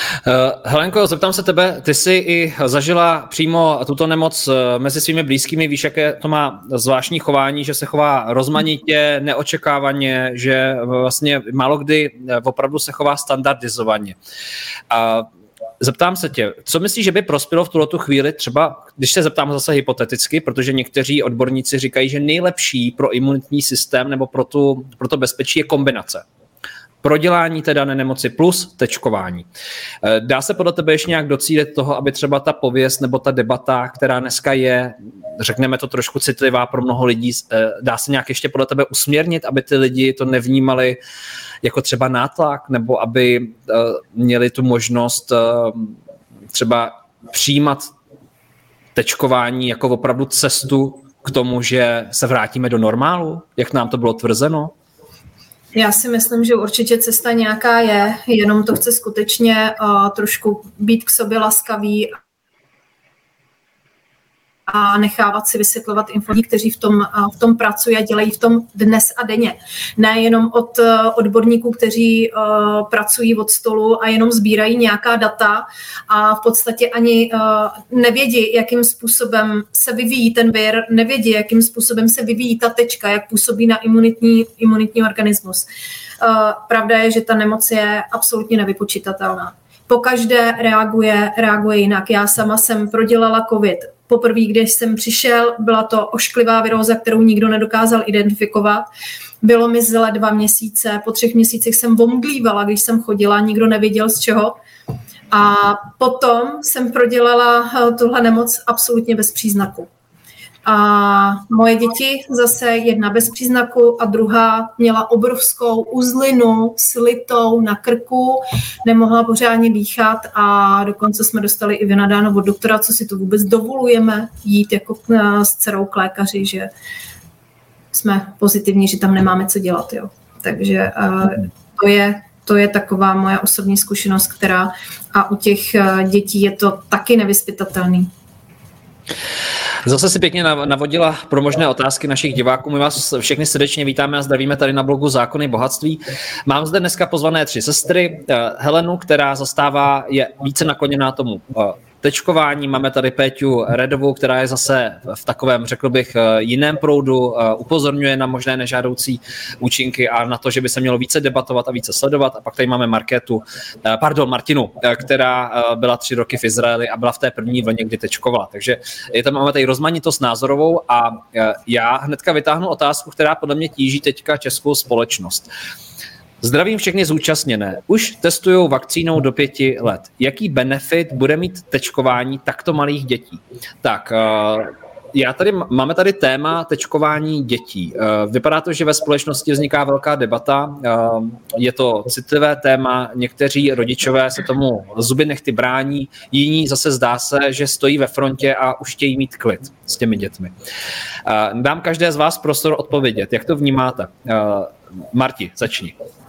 Helenko, zeptám se tebe, ty jsi i zažila přímo tuto nemoc mezi svými blízkými, víš, jaké to má zvláštní chování, že se chová rozmanitě, neočekávaně, že vlastně málo kdy opravdu se chová standardizovaně. A zeptám se tě, co myslíš, že by prospělo v tuhletu chvíli třeba, když se zeptám zase hypoteticky, protože někteří odborníci říkají, že nejlepší pro imunitní systém nebo pro, tu, pro to bezpečí je kombinace. Prodělání té dané nemoci plus tečkování. Dá se podle tebe ještě nějak docílit toho, aby třeba ta pověst nebo ta debata, která dneska je, řekneme to trošku citlivá pro mnoho lidí, dá se nějak ještě podle tebe usměrnit, aby ty lidi to nevnímali jako třeba nátlak, nebo aby měli tu možnost třeba přijímat tečkování jako opravdu cestu k tomu, že se vrátíme do normálu, jak nám to bylo tvrzeno? Já si myslím, že určitě cesta nějaká je, jenom to chce skutečně uh, trošku být k sobě laskavý a nechávat si vysvětlovat informace, kteří v tom, v tom pracují a dělají v tom dnes a denně. Ne jenom od odborníků, kteří uh, pracují od stolu a jenom sbírají nějaká data a v podstatě ani uh, nevědí, jakým způsobem se vyvíjí ten vir, nevědí, jakým způsobem se vyvíjí ta tečka, jak působí na imunitní, imunitní organismus. Uh, pravda je, že ta nemoc je absolutně nevypočitatelná. Pokaždé reaguje, reaguje jinak. Já sama jsem prodělala covid. Poprvé, když jsem přišel, byla to ošklivá viróza, kterou nikdo nedokázal identifikovat. Bylo mi zle dva měsíce, po třech měsících jsem omdlívala, když jsem chodila, nikdo nevěděl z čeho. A potom jsem prodělala tuhle nemoc absolutně bez příznaku. A moje děti zase jedna bez příznaku a druhá měla obrovskou uzlinu slitou na krku, nemohla pořádně dýchat a dokonce jsme dostali i vynadáno od doktora, co si to vůbec dovolujeme jít jako s dcerou k lékaři, že jsme pozitivní, že tam nemáme co dělat. Jo. Takže to je, to je taková moje osobní zkušenost, která a u těch dětí je to taky nevyzpytatelný. Zase si pěkně navodila pro možné otázky našich diváků. My vás všechny srdečně vítáme a zdravíme tady na blogu Zákony bohatství. Mám zde dneska pozvané tři sestry. Helenu, která zastává, je více nakloněná tomu tečkování. Máme tady Péťu Redovou, která je zase v takovém, řekl bych, jiném proudu, upozorňuje na možné nežádoucí účinky a na to, že by se mělo více debatovat a více sledovat. A pak tady máme Markétu, pardon, Martinu, která byla tři roky v Izraeli a byla v té první vlně, kdy tečkovala. Takže je tam, máme tady rozmanitost názorovou a já hnedka vytáhnu otázku, která podle mě tíží teďka českou společnost. Zdravím všechny zúčastněné. Už testují vakcínou do pěti let. Jaký benefit bude mít tečkování takto malých dětí? Tak, já tady, máme tady téma tečkování dětí. Vypadá to, že ve společnosti vzniká velká debata. Je to citlivé téma. Někteří rodičové se tomu zuby nehty brání. Jiní zase zdá se, že stojí ve frontě a už chtějí mít klid s těmi dětmi. Dám každé z vás prostor odpovědět. Jak to vnímáte? Marti, začni.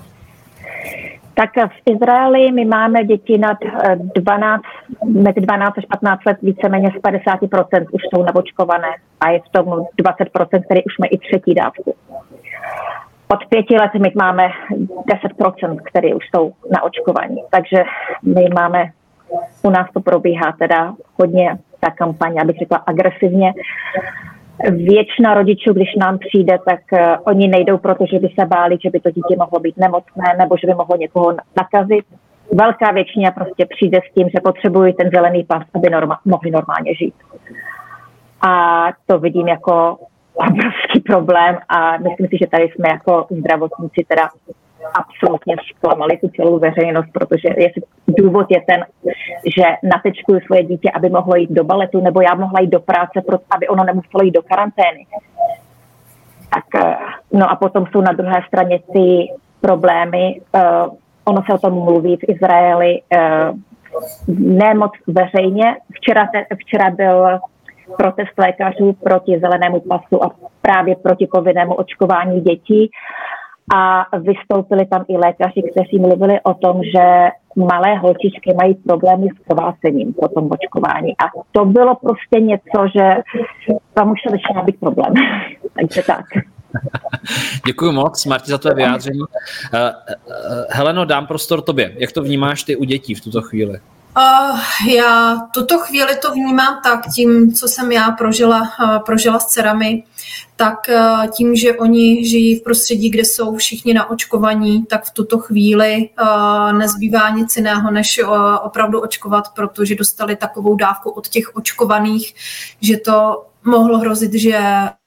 Tak v Izraeli my máme děti nad dvanáct, mezi dvanáct až patnáct let víceméně z padesát procent už jsou naočkované a je v tom dvacet procent, který už mají i třetí dávku. Od pěti let my máme deset procent, který už jsou naočkovaní. Takže my máme, u nás to probíhá teda hodně ta kampaň, abych řekla agresivně. Většina rodičů, když nám přijde, tak uh, oni nejdou, protože by se báli, že by to dítě mohlo být nemocné nebo že by mohlo někoho nakazit. Velká většina prostě přijde s tím, že potřebují ten zelený pas, aby norma- mohli normálně žít. A to vidím jako obrovský problém a myslím si, že tady jsme jako zdravotníci teda absolutně zklamali tu celou veřejnost, protože jestli důvod je ten, že natečkuju svoje dítě, aby mohlo jít do baletu, nebo já mohla jít do práce, aby ono nemuselo jít do karantény. Tak, no a potom jsou na druhé straně ty problémy. Uh, ono se o tom mluví v Izraeli uh, ne moc veřejně. Včera, te, včera byl protest lékařů proti zelenému pasu a právě proti covidnému očkování dětí. A vystoupili tam i lékaři, kteří mluvili o tom, že malé holčičky mají problémy s krvácením po tom očkování. A to bylo prostě něco, že tam už se začíná být problém. Takže tak. Děkuji moc, Marti, za tvé vyjádření. Heleno, dám prostor tobě. Jak to vnímáš ty u dětí v tuto chvíli? Uh, já tuto chvíli to vnímám tak, tím, co jsem já prožila, uh, prožila s dcerami, tak uh, tím, že oni žijí v prostředí, kde jsou všichni naočkovaní, tak v tuto chvíli uh, nezbývá nic jiného, než uh, opravdu očkovat, protože dostali takovou dávku od těch očkovaných, že to mohlo hrozit, že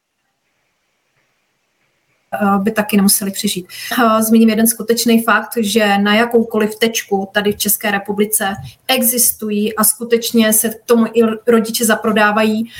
by taky nemuseli přežít. Zmíním jeden skutečný fakt, že na jakoukoliv tečku tady v České republice existují a skutečně se k tomu i rodiče zaprodávají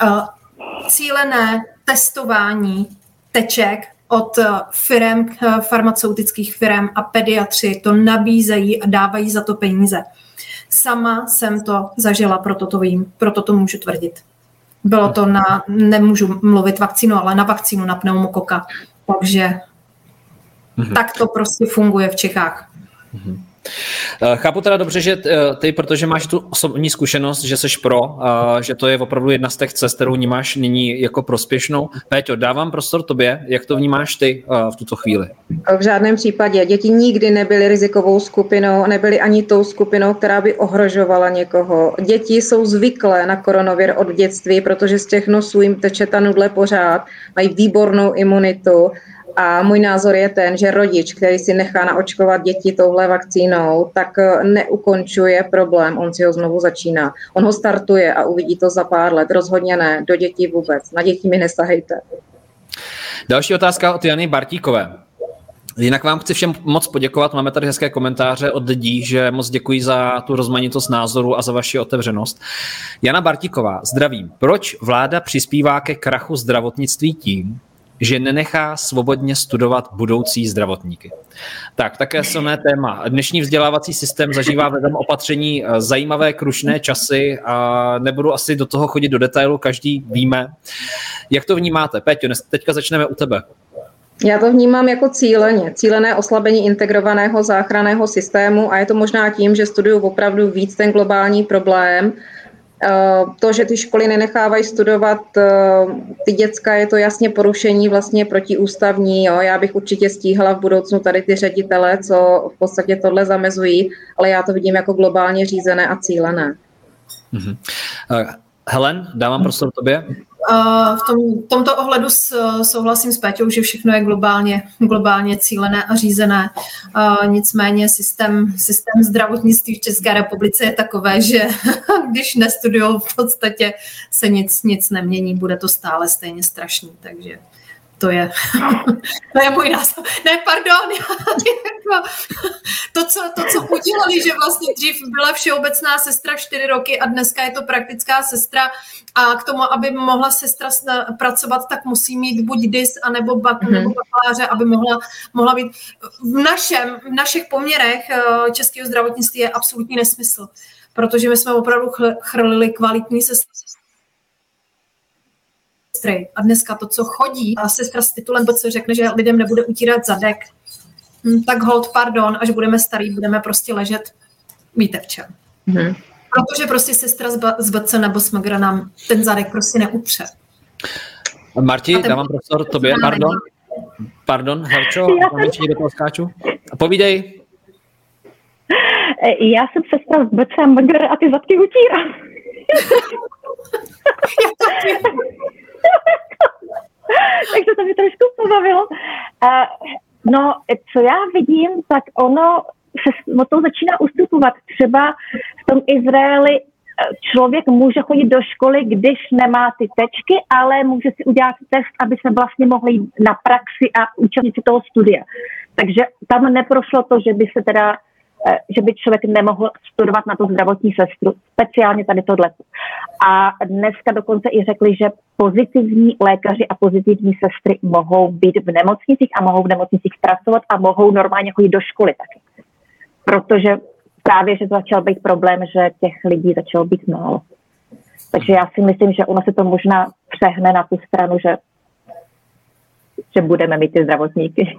cílené testování teček od firem, farmaceutických firem a pediatři to nabízejí a dávají za to peníze. Sama jsem to zažila, proto to vím, proto to můžu tvrdit. Bylo to na, nemůžu mluvit vakcínu, ale na vakcínu na pneumokoka. Takže mm-hmm. tak to prostě funguje v Čechách. Mm-hmm. Chápu teda dobře, že ty, protože máš tu osobní zkušenost, že seš pro, že to je opravdu jedna z těch cest, kterou vnímáš nyní jako prospěšnou. Péťo, dávám prostor tobě, jak to vnímáš ty v tuto chvíli? V žádném případě. Děti nikdy nebyly rizikovou skupinou, nebyly ani tou skupinou, která by ohrožovala někoho. Děti jsou zvyklé na koronavir od dětství, protože z těch nosů jim teče ta nudle pořád, mají výbornou imunitu. A můj názor je ten, že rodič, který si nechá naočkovat děti touhle vakcínou, tak neukončuje problém, on si ho znovu začíná. On ho startuje a uvidí to za pár let. Rozhodně ne, do dětí vůbec. Na děti mi nesahejte. Další otázka od Jany Bartíkové. Jinak vám chci všem moc poděkovat, máme tady hezké komentáře od lidí, že moc děkuji za tu rozmanitost názoru a za vaši otevřenost. Jana Bartíková, zdravím. Proč vláda přispívá ke krachu zdravotnictví tím, že nenechá svobodně studovat budoucí zdravotníky? Tak, také silné téma. Dnešní vzdělávací systém zažívá vedem opatření zajímavé krušné časy a nebudu asi do toho chodit do detailu, každý víme. Jak to vnímáte? Péťo, teďka začneme u tebe. Já to vnímám jako cíleně, cílené oslabení integrovaného záchranného systému a je to možná tím, že studuju opravdu víc ten globální problém. To, že ty školy nenechávají studovat ty děcka, je to jasně porušení vlastně protiústavní. Jo. Já bych určitě stíhala v budoucnu tady ty ředitele, co v podstatě tohle zamezují, ale já to vidím jako globálně řízené a cílené. Mm-hmm. Helen, dávám prostor tobě. V tom, tomto ohledu souhlasím s Péťou, že všechno je globálně, globálně cílené a řízené. Nicméně systém, systém zdravotnictví v České republice je takové, že když nestudujou, v podstatě se nic, nic nemění, bude to stále stejně strašný, takže to je, to je můj názor. Ne, pardon, to, co, to, co udělali, že vlastně dřív byla všeobecná sestra čtyři roky a dneska je to praktická sestra a k tomu, aby mohla sestra pracovat, tak musí mít buď D I S, anebo, bak, mm-hmm. nebo bakaláře, aby mohla, mohla být. V, našem, v našich poměrech českého zdravotnictví je absolutní nesmysl, protože my jsme opravdu chrlili kvalitní sestry. A dneska to, co chodí, a sestra s titulem, co řekne, že lidem nebude utírat zadek, tak hold, pardon, až budeme starý, budeme prostě ležet, víte v čem. Mm-hmm. Protože prostě sestra z B C nebo Smagra nám ten zadek prostě neutře. Marti, dávám prostor tobě, pardon. Pardon, Herčo, já do toho skáču. Povídej. Já jsem sestra z B C Smagra a ty zadky utírám. Takže to mě trošku pobavilo. Uh, no, co já vidím, tak ono se o to začíná ustupovat. Třeba v tom Izraeli člověk může chodit do školy, když nemá ty tečky, ale může si udělat test, aby se vlastně mohl jít na praxi a účastnit toho studia. Takže tam neprošlo to, že by se teda že by člověk nemohl studovat na tu zdravotní sestru, speciálně tady tohle. A dneska dokonce i řekli, že pozitivní lékaři a pozitivní sestry mohou být v nemocnicích a mohou v nemocnicích pracovat a mohou normálně chodit do školy taky. Protože právě, že to začal být problém, že těch lidí začalo být málo. Takže já si myslím, že ono se to možná přehne na tu stranu, že, že budeme mít ty zdravotníky.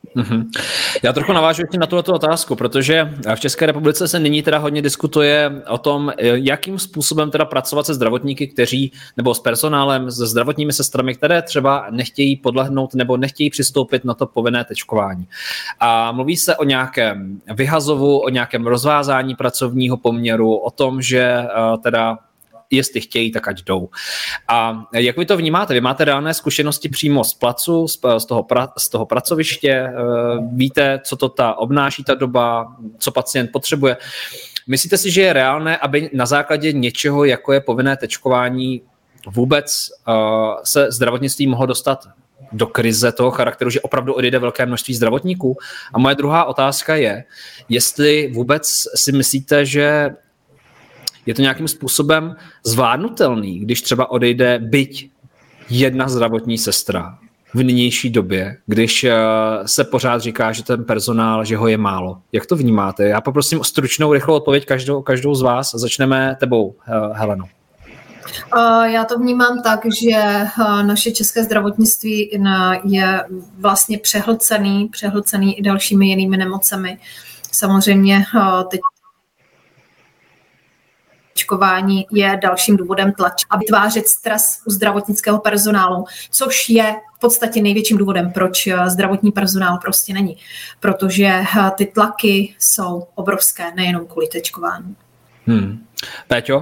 Mm-hmm. Já trochu navážu ještě na tuto otázku, protože v České republice se nyní teda hodně diskutuje o tom, jakým způsobem teda pracovat se zdravotníky, kteří, nebo s personálem, se zdravotními sestrami, které třeba nechtějí podlehnout nebo nechtějí přistoupit na to povinné tečkování. A mluví se o nějakém vyhazovu, o nějakém rozvázání pracovního poměru, o tom, že teda jestli chtějí, tak ať jdou. A jak vy to vnímáte? Vy máte reálné zkušenosti přímo z placu, z toho, pra, z toho pracoviště, víte, co to ta obnáší ta doba, co pacient potřebuje. Myslíte si, že je reálné, aby na základě něčeho, jako je povinné tečkování, vůbec uh, se zdravotnictví mohlo dostat do krize toho charakteru, že opravdu odejde velké množství zdravotníků? A moje druhá otázka je, jestli vůbec si myslíte, že je to nějakým způsobem zvládnutelný, když třeba odejde byť jedna zdravotní sestra v nynější době, když se pořád říká, že ten personál, že ho je málo. Jak to vnímáte? Já poprosím o stručnou, rychlou odpověď každou, každou z vás. Začneme tebou, Heleno. Já to vnímám tak, že naše české zdravotnictví je vlastně přehlcený, přehlcený i dalšími jinými nemocemi. Samozřejmě teď tečkování je dalším důvodem tlač a vytvářet stres u zdravotnického personálu, což je v podstatě největším důvodem, proč zdravotní personál prostě není. Protože ty tlaky jsou obrovské, nejenom kvůli tečkování. Hmm. Péťo?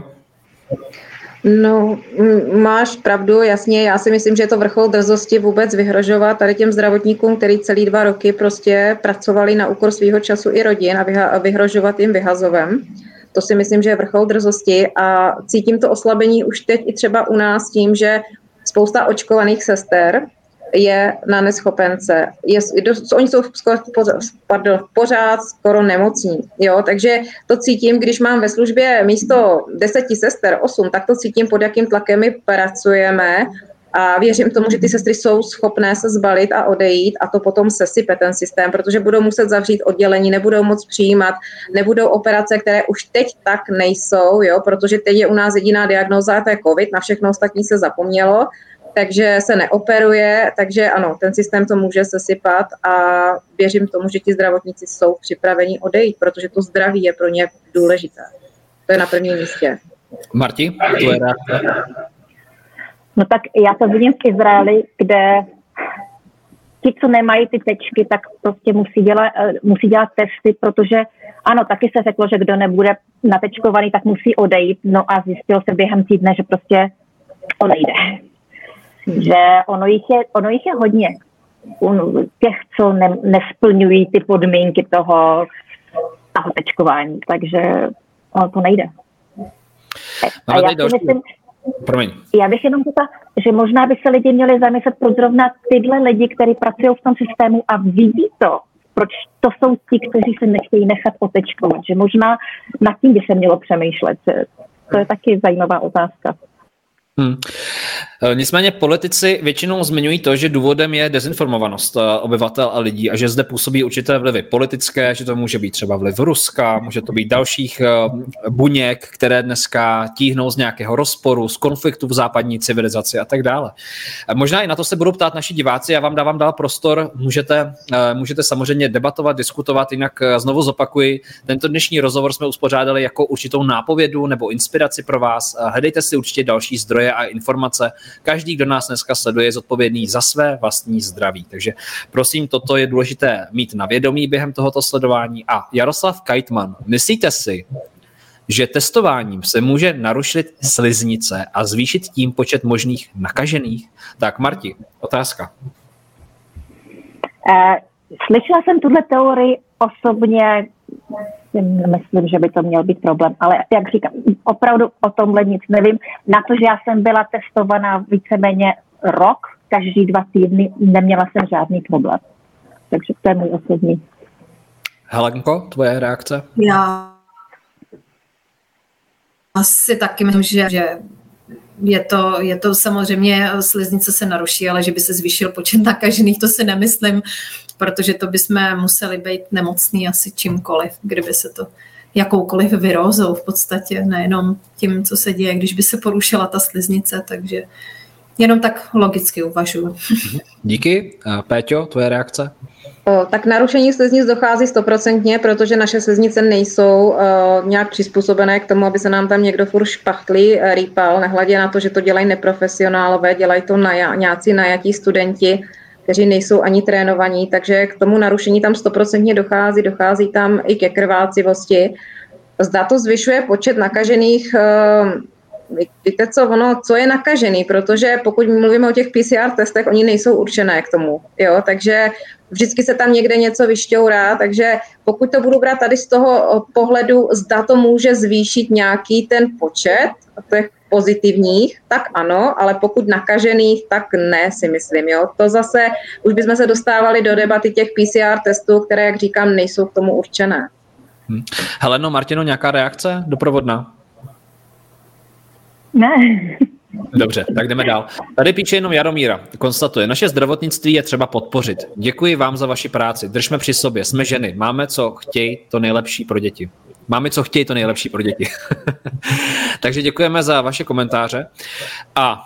No, máš pravdu, jasně, já si myslím, že je to vrchol drzosti vůbec vyhrožovat tady těm zdravotníkům, který celý dva roky prostě pracovali na úkor svýho času i rodin a vyhrožovat jim vyhazovem. To si myslím, že je vrchol drzosti a cítím to oslabení už teď i třeba u nás tím, že spousta očkovaných sester je na neschopence. Je, oni jsou skoro, pardon, pořád skoro nemocní. Jo? Takže to cítím, když mám ve službě místo deseti sester, osm, tak to cítím, pod jakým tlakem my pracujeme. A věřím tomu, že ty sestry jsou schopné se zbalit a odejít a to potom sesype ten systém, protože budou muset zavřít oddělení, nebudou moc přijímat, nebudou operace, které už teď tak nejsou, jo, protože teď je u nás jediná diagnóza, to je covid, na všechno ostatní se zapomnělo, takže se neoperuje, takže ano, ten systém to může sesypat a věřím tomu, že ti zdravotníci jsou připraveni odejít, protože to zdraví je pro ně důležité. To je na prvním místě. Marti, tvoje reakce? No tak já to vidím v Izraeli, kde ti, co nemají ty tečky, tak prostě musí dělat, musí dělat testy, protože ano, taky se řeklo, že kdo nebude natečkovaný, tak musí odejít. No a zjistilo se během týdne, že prostě odejde. Že ono jich je, ono jich je hodně. Těch, co ne, nesplňují ty podmínky toho, toho tečkování. Takže ono to nejde. A já si myslím, Promiň. Já bych jenom řekla, že možná by se lidi měli zamyslet, proč zrovna tyhle lidi, kteří pracují v tom systému a vidí to, proč to jsou ti, kteří se nechtějí nechat otečkovat, že možná nad tím by se mělo přemýšlet. To je taky zajímavá otázka. Hmm. Nicméně politici většinou zmiňují to, že důvodem je dezinformovanost obyvatel a lidí a že zde působí určité vlivy politické, že to může být třeba vliv Ruska, může to být dalších buněk, které dneska tíhnou z nějakého rozporu, z konfliktu v západní civilizaci a tak dále. Možná i na to se budou ptát naši diváci, já vám dávám dál prostor, můžete, můžete samozřejmě debatovat, diskutovat, jinak znovu zopakuji, tento dnešní rozhovor jsme uspořádali jako určitou nápovědu nebo inspiraci pro vás. Hledejte si určitě další zdroje a informace. Každý, kdo nás dneska sleduje, je zodpovědný za své vlastní zdraví. Takže prosím, toto je důležité mít na vědomí během tohoto sledování. A Jaroslav Kajtman, myslíte si, že testováním se může narušit sliznice a zvýšit tím počet možných nakažených? Tak Marti, otázka. Uh, slyšela jsem tuhle teorii osobně, nemyslím, že by to měl být problém, ale jak říkám, opravdu o tomhle nic nevím. Na to, že já jsem byla testovaná víceméně rok, každý dva týdny, neměla jsem žádný problém. Takže to je můj osobní. Helenko, tvoje reakce? Já asi taky myslím, že, že je, to, je to samozřejmě, sliznice se naruší, ale že by se zvýšil počet nakažených, to si nemyslím, protože to bychom museli být nemocný asi čímkoliv, kdyby se to jakoukoliv virózou v podstatě, nejenom tím, co se děje, když by se porušila ta sliznice, takže Jenom tak logicky uvažuji. Díky. Péťo, tvoje reakce? O, tak narušení sliznic dochází stoprocentně, protože naše sliznice nejsou uh, nějak přizpůsobené k tomu, aby se nám tam někdo furt špachtlí, uh, rýpal, nehledě na to, že to dělají neprofesionálové, dělají to naja, nějací najatí studenti, kteří nejsou ani trénovaní, takže k tomu narušení tam stoprocentně dochází, dochází tam i ke krvácivosti. Zda to zvyšuje počet nakažených, uh, víte co, ono, co je nakažený, protože pokud mluvíme o těch P C R testech, oni nejsou určené k tomu, jo, takže vždycky se tam někde něco vyšťourá, takže pokud to budu brát tady z toho pohledu, zda to může zvýšit nějaký ten počet těch pozitivních, tak ano, ale pokud nakažených, tak ne, si myslím, jo. To zase, už bychom se dostávali do debaty těch P C R testů, které, jak říkám, nejsou k tomu určené. Hm. Heleno, Martino, nějaká reakce doprovodná? Ne. Dobře, tak jdeme dál. Tady píše jenom Jaromíra. Konstatuje, naše zdravotnictví je třeba podpořit. Děkuji vám za vaši práci. Držme při sobě. Jsme ženy. Máme, co chtějí, to nejlepší pro děti. Máme, co chtějí, to nejlepší pro děti. Takže děkujeme za vaše komentáře. A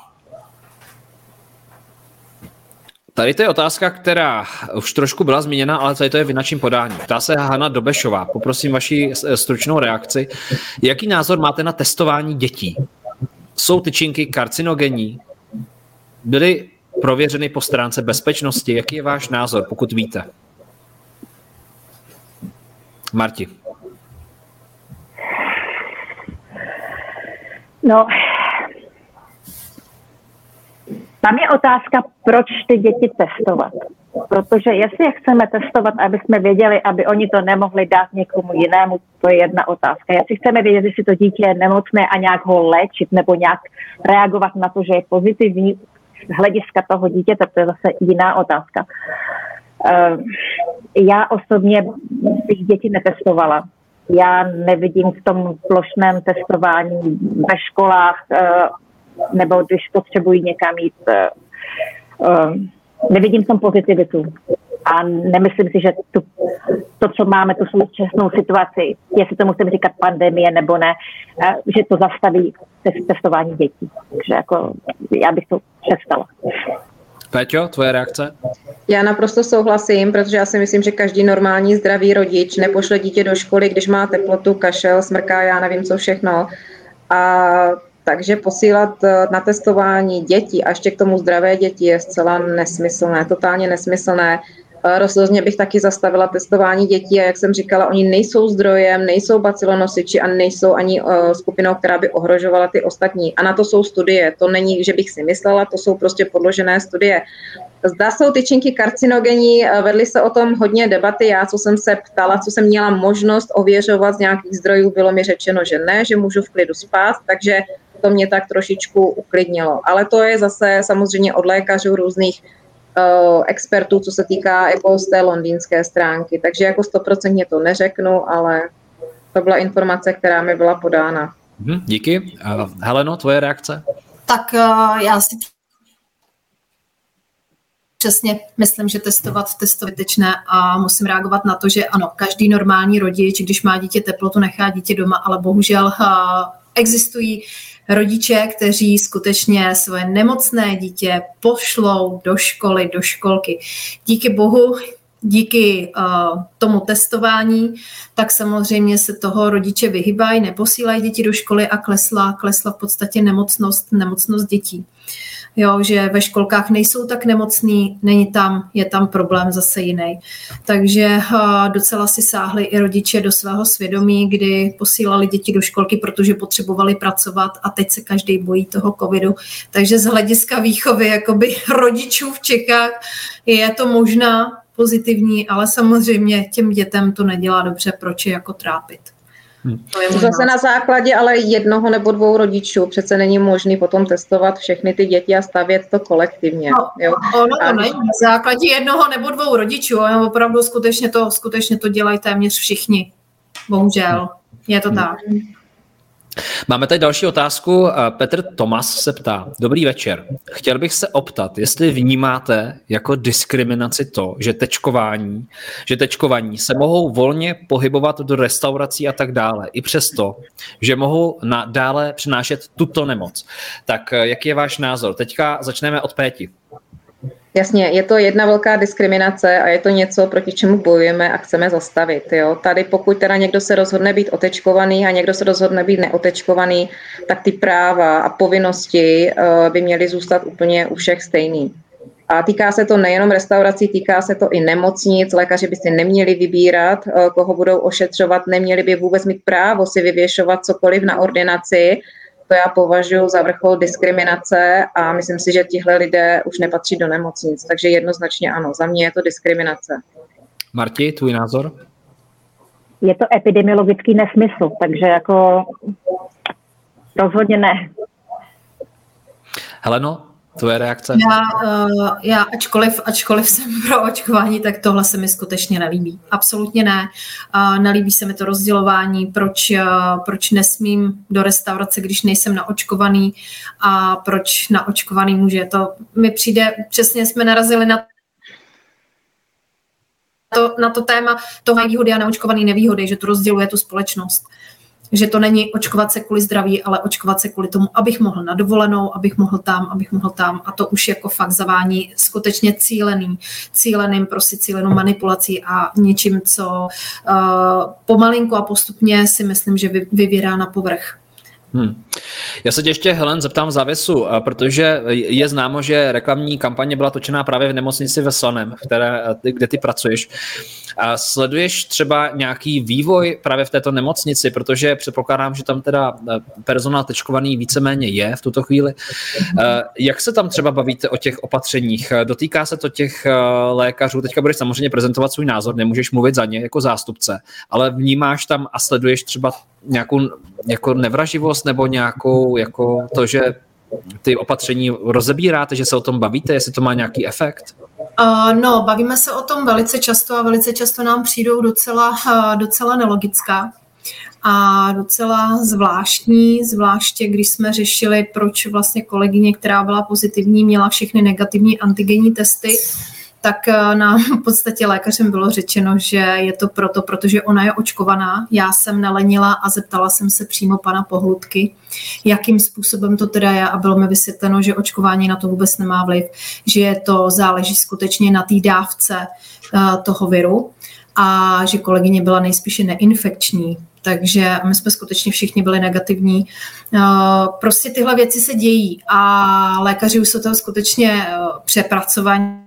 tady to je otázka, která už trošku byla zmíněna, ale tady to je v inačím podání. Ptá se Hana Dobešová. Poprosím vaši stručnou reakci. Jaký názor máte na testování dětí? Jsou tyčinky karcinogenní? Byly prověřeny po stránce bezpečnosti? Jaký je váš názor, pokud víte? Marti. No, tam je otázka, proč ty děti testovat. Protože jestli je chceme testovat, aby jsme věděli, aby oni to nemohli dát někomu jinému, to je jedna otázka. Jestli chceme vědět, jestli to dítě je nemocné a nějak ho léčit nebo nějak reagovat na to, že je pozitivní z hlediska toho dítěte, to je zase jiná otázka. Já osobně bych děti netestovala. Já nevidím v tom plošném testování ve školách nebo když potřebují někam jít. Nevidím v tom pozitivitu a nemyslím si, že tu, to, co máme, tu současnou situaci, jestli to musím říkat pandemie nebo ne, že to zastaví testování dětí. Takže jako já bych to přestala. Péťo, tvoje reakce? Já naprosto souhlasím, protože já si myslím, že každý normální zdravý rodič nepošle dítě do školy, když má teplotu, kašel, smrká, já nevím co všechno. A takže posílat na testování dětí a ještě k tomu zdravé děti je zcela nesmyslné, totálně nesmyslné. Rozhodně bych taky zastavila testování dětí a jak jsem říkala, oni nejsou zdrojem, nejsou bacilonosiči a nejsou ani skupinou, která by ohrožovala ty ostatní. A na to jsou studie, to není, že bych si myslela, to jsou prostě podložené studie. Zda jsou tyčinky karcinogenní, vedly se o tom hodně debaty, já, co jsem se ptala, co jsem měla možnost ověřovat z nějakých zdrojů, bylo mi řečeno, že ne, že můžu v klidu spát, takže to mě tak trošičku uklidnilo. Ale to je zase samozřejmě od lékařů různých uh, expertů, co se týká jako z té londýnské stránky. Takže jako stoprocentně to neřeknu, ale to byla informace, která mi byla podána. Hmm, díky. Uh, Heleno, tvoje reakce? Tak uh, já si přesně myslím, že testovat testo vytečné a musím reagovat na to, že ano, každý normální rodič, když má dítě teplotu, nechá dítě doma, ale bohužel uh, existují rodiče, kteří skutečně svoje nemocné dítě pošlou do školy, do školky. Díky bohu, díky uh, tomu testování, tak samozřejmě se toho rodiče vyhybají, neposílají děti do školy a klesla, klesla v podstatě nemocnost, nemocnost dětí. Jo, že ve školkách nejsou tak nemocný, není tam, je tam problém zase jiný. Takže uh, docela si sáhli i rodiče do svého svědomí, kdy posílali děti do školky, protože potřebovali pracovat a teď se každý bojí toho covidu. Takže z hlediska výchovy jakoby rodičů v Čechách je to možná pozitivní, ale samozřejmě těm dětem to nedělá dobře, proč je jako trápit. Hmm. To je zase na základě ale jednoho nebo dvou rodičů. Přece není možný potom testovat všechny ty děti a stavět to kolektivně. No, jo? Ono to a... není. Na základě jednoho nebo dvou rodičů. Jo? Opravdu skutečně to, skutečně to dělají téměř všichni. Bohužel. Je to tak. Máme tady další otázku. Petr Tomas se ptá. Dobrý večer. Chtěl bych se optat, jestli vnímáte jako diskriminaci to, že tečkování, že tečkovaní se mohou volně pohybovat do restaurací a tak dále, i přesto, že mohou nadále přinášet tuto nemoc. Tak jaký je váš názor? Teďka začneme od Péti. Jasně, je to jedna velká diskriminace a je to něco, proti čemu bojujeme a chceme zastavit. Jo? Tady pokud teda někdo se rozhodne být otečkovaný a někdo se rozhodne být neotečkovaný, tak ty práva a povinnosti uh, by měly zůstat úplně u všech stejný. A týká se to nejenom restaurací, týká se to i nemocnic, lékaři by si neměli vybírat, uh, koho budou ošetřovat, neměli by vůbec mít právo si vyvěšovat cokoliv na ordinaci. To já považuji za vrchol diskriminace a myslím si, že tihle lidé už nepatří do nemocnic. Takže jednoznačně ano, za mě je to diskriminace. Marti, tvůj názor? Je to epidemiologický nesmysl, takže jako rozhodně ne. Heleno, tvoje reakce? Já, uh, já ačkoliv, ačkoliv jsem pro očkování, tak tohle se mi skutečně nelíbí. Absolutně ne. Uh, nelíbí se mi to rozdělování, proč, uh, proč nesmím do restaurace, když nejsem naočkovaný a proč naočkovaný může. To mi přijde, přesně jsme narazili na to, na to téma toho výhody a neočkovaný nevýhody, že to rozděluje tu společnost. Že to není očkovat se kvůli zdraví, ale očkovat se kvůli tomu, abych mohl na dovolenou, abych mohl tam, abych mohl tam. A to už jako fakt zavání skutečně cílený, cíleným, prostě cílenou manipulací a něčím, co uh, pomalinku a postupně si myslím, že vy, vyvírá na povrch. Hmm. Já se tě ještě, Helen, zeptám v závěsu, protože je známo, že reklamní kampaně byla točená právě v nemocnici ve Slanem, které, kde ty pracuješ. A sleduješ třeba nějaký vývoj právě v této nemocnici, protože předpokládám, že tam teda personál tečkovaný víceméně je v tuto chvíli. Jak se tam třeba bavíte o těch opatřeních? Dotýká se to těch lékařů? Teďka budeš samozřejmě prezentovat svůj názor, nemůžeš mluvit za ně jako zástupce, ale vnímáš tam a sleduješ třeba nějakou jako nevraživost nebo nějakou jako to, že ty opatření rozebíráte, že se o tom bavíte, jestli to má nějaký efekt? Uh, no, bavíme se o tom velice často a velice často nám přijdou docela, uh, docela nelogická a docela zvláštní, zvláště když jsme řešili, proč vlastně kolegyně, která byla pozitivní, měla všechny negativní antigenní testy, tak nám v podstatě lékařem bylo řečeno, že je to proto, protože ona je očkovaná. Já jsem nelenila a zeptala jsem se přímo pana Pohludky, jakým způsobem to teda je a bylo mi vysvětleno, že očkování na to vůbec nemá vliv, že to záleží skutečně na té dávce toho viru a že kolegyně byla nejspíše neinfekční. Takže my jsme skutečně všichni byli negativní. Prostě tyhle věci se dějí a lékaři už jsou toho skutečně přepracovaní.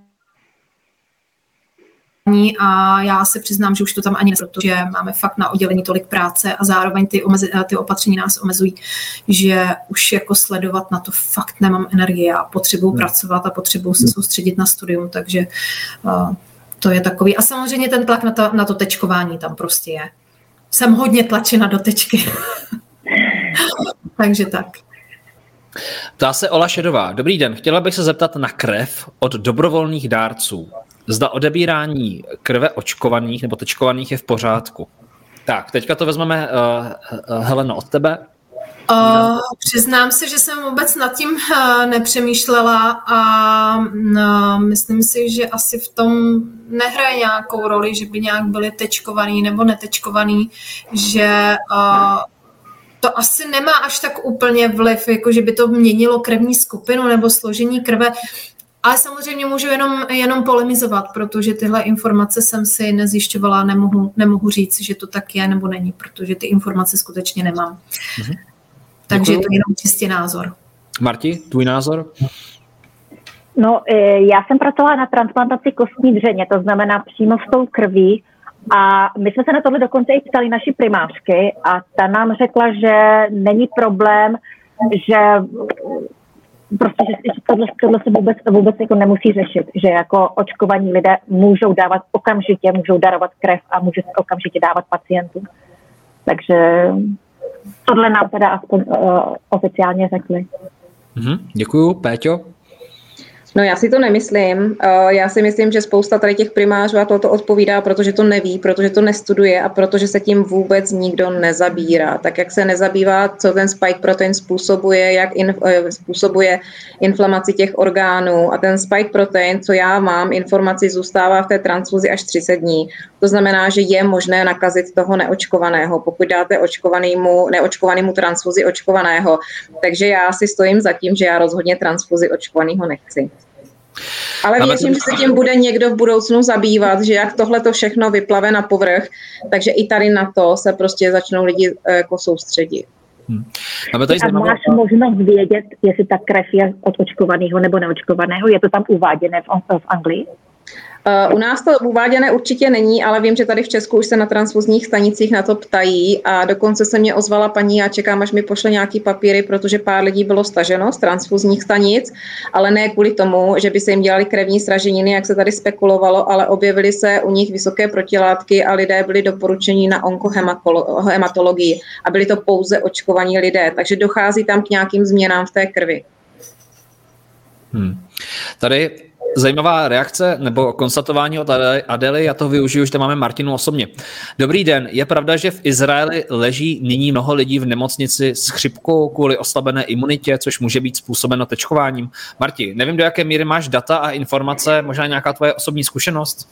A já se přiznám, že už to tam ani nesl, protože máme fakt na oddělení tolik práce a zároveň ty, omezi, ty opatření nás omezují, že už jako sledovat na to fakt nemám energii a potřebuji hmm. pracovat a potřebuji se soustředit na studium, takže uh, to je takový. A samozřejmě ten tlak na to, na to tečkování tam prostě je. Jsem hodně tlačena do tečky. Takže tak. Ptá se Ola Šedová. Dobrý den, chtěla bych se zeptat na krev od dobrovolných dárců. Zda odebírání krve očkovaných nebo tečkovaných je v pořádku. Tak, teďka to vezmeme, uh, uh, Heleno, od tebe. Uh, přiznám se, že jsem vůbec nad tím uh, nepřemýšlela a uh, myslím si, že asi v tom nehraje nějakou roli, že by nějak byli tečkovaný nebo netečkovaný, že uh, to asi nemá až tak úplně vliv, jako že by to měnilo krevní skupinu nebo složení krve. Ale samozřejmě můžu jenom, jenom polemizovat, protože tyhle informace jsem si nezjišťovala, nemohu, nemohu říct, že to tak je nebo není, protože ty informace skutečně nemám. Mhm. Takže Děkuju. Je to jenom čistý názor. Marti, tvůj názor? No, já jsem pracovala na transplantaci kostní dřeně, to znamená přímo s tou krví. A my jsme se na tohle dokonce i ptali naši primářky a ta nám řekla, že není problém, že prostě, že tohle, tohle se vůbec, vůbec jako nemusí řešit, že jako očkovaní lidé můžou dávat okamžitě, můžou darovat krev a může se okamžitě dávat pacientům. Takže tohle nám teda aspoň uh, oficiálně řekli. Mm-hmm. Děkuju. Péťo? No já si to nemyslím. Já si myslím, že spousta tady těch primářů a toto odpovídá, protože to neví, protože to nestuduje a protože se tím vůbec nikdo nezabírá. Tak jak se nezabývá, co ten spike protein způsobuje, jak in, způsobuje inflamaci těch orgánů. A ten spike protein, co já mám, informaci zůstává v té transfuzi až třicet dní. To znamená, že je možné nakazit toho neočkovaného, pokud dáte očkovanému, neočkovanému transfuzi očkovaného. Takže já si stojím za tím, že já rozhodně transfuzi očkovaného nechci. Ale věřím, že se tím bude někdo v budoucnu zabývat, že jak tohle to všechno vyplave na povrch, takže i tady na to se prostě začnou lidi jako soustředit. Hmm. A máš možnost vědět, jestli ta krev je od očkovaného nebo neočkovaného? Je to tam uváděné v, v Anglii? Uh, u nás to uváděné určitě není, ale vím, že tady v Česku už se na transfuzních stanicích na to ptají a dokonce se mě ozvala paní, já čekám, až mi pošle nějaký papíry, protože pár lidí bylo staženo z transfuzních stanic, ale ne kvůli tomu, že by se jim dělali krevní sraženiny, jak se tady spekulovalo, ale objevily se u nich vysoké protilátky a lidé byli doporučeni na onkohematologii a byli to pouze očkovaní lidé, takže dochází tam k nějakým změnám v té krvi. Hmm. Tady zajímavá reakce nebo konstatování od Adely, já to využiju, že tam máme Martinu osobně. Dobrý den, je pravda, že v Izraeli leží nyní mnoho lidí v nemocnici s chřipkou kvůli oslabené imunitě, což může být způsobeno tečkováním? Marti, nevím, do jaké míry máš data a informace, možná nějaká tvoje osobní zkušenost?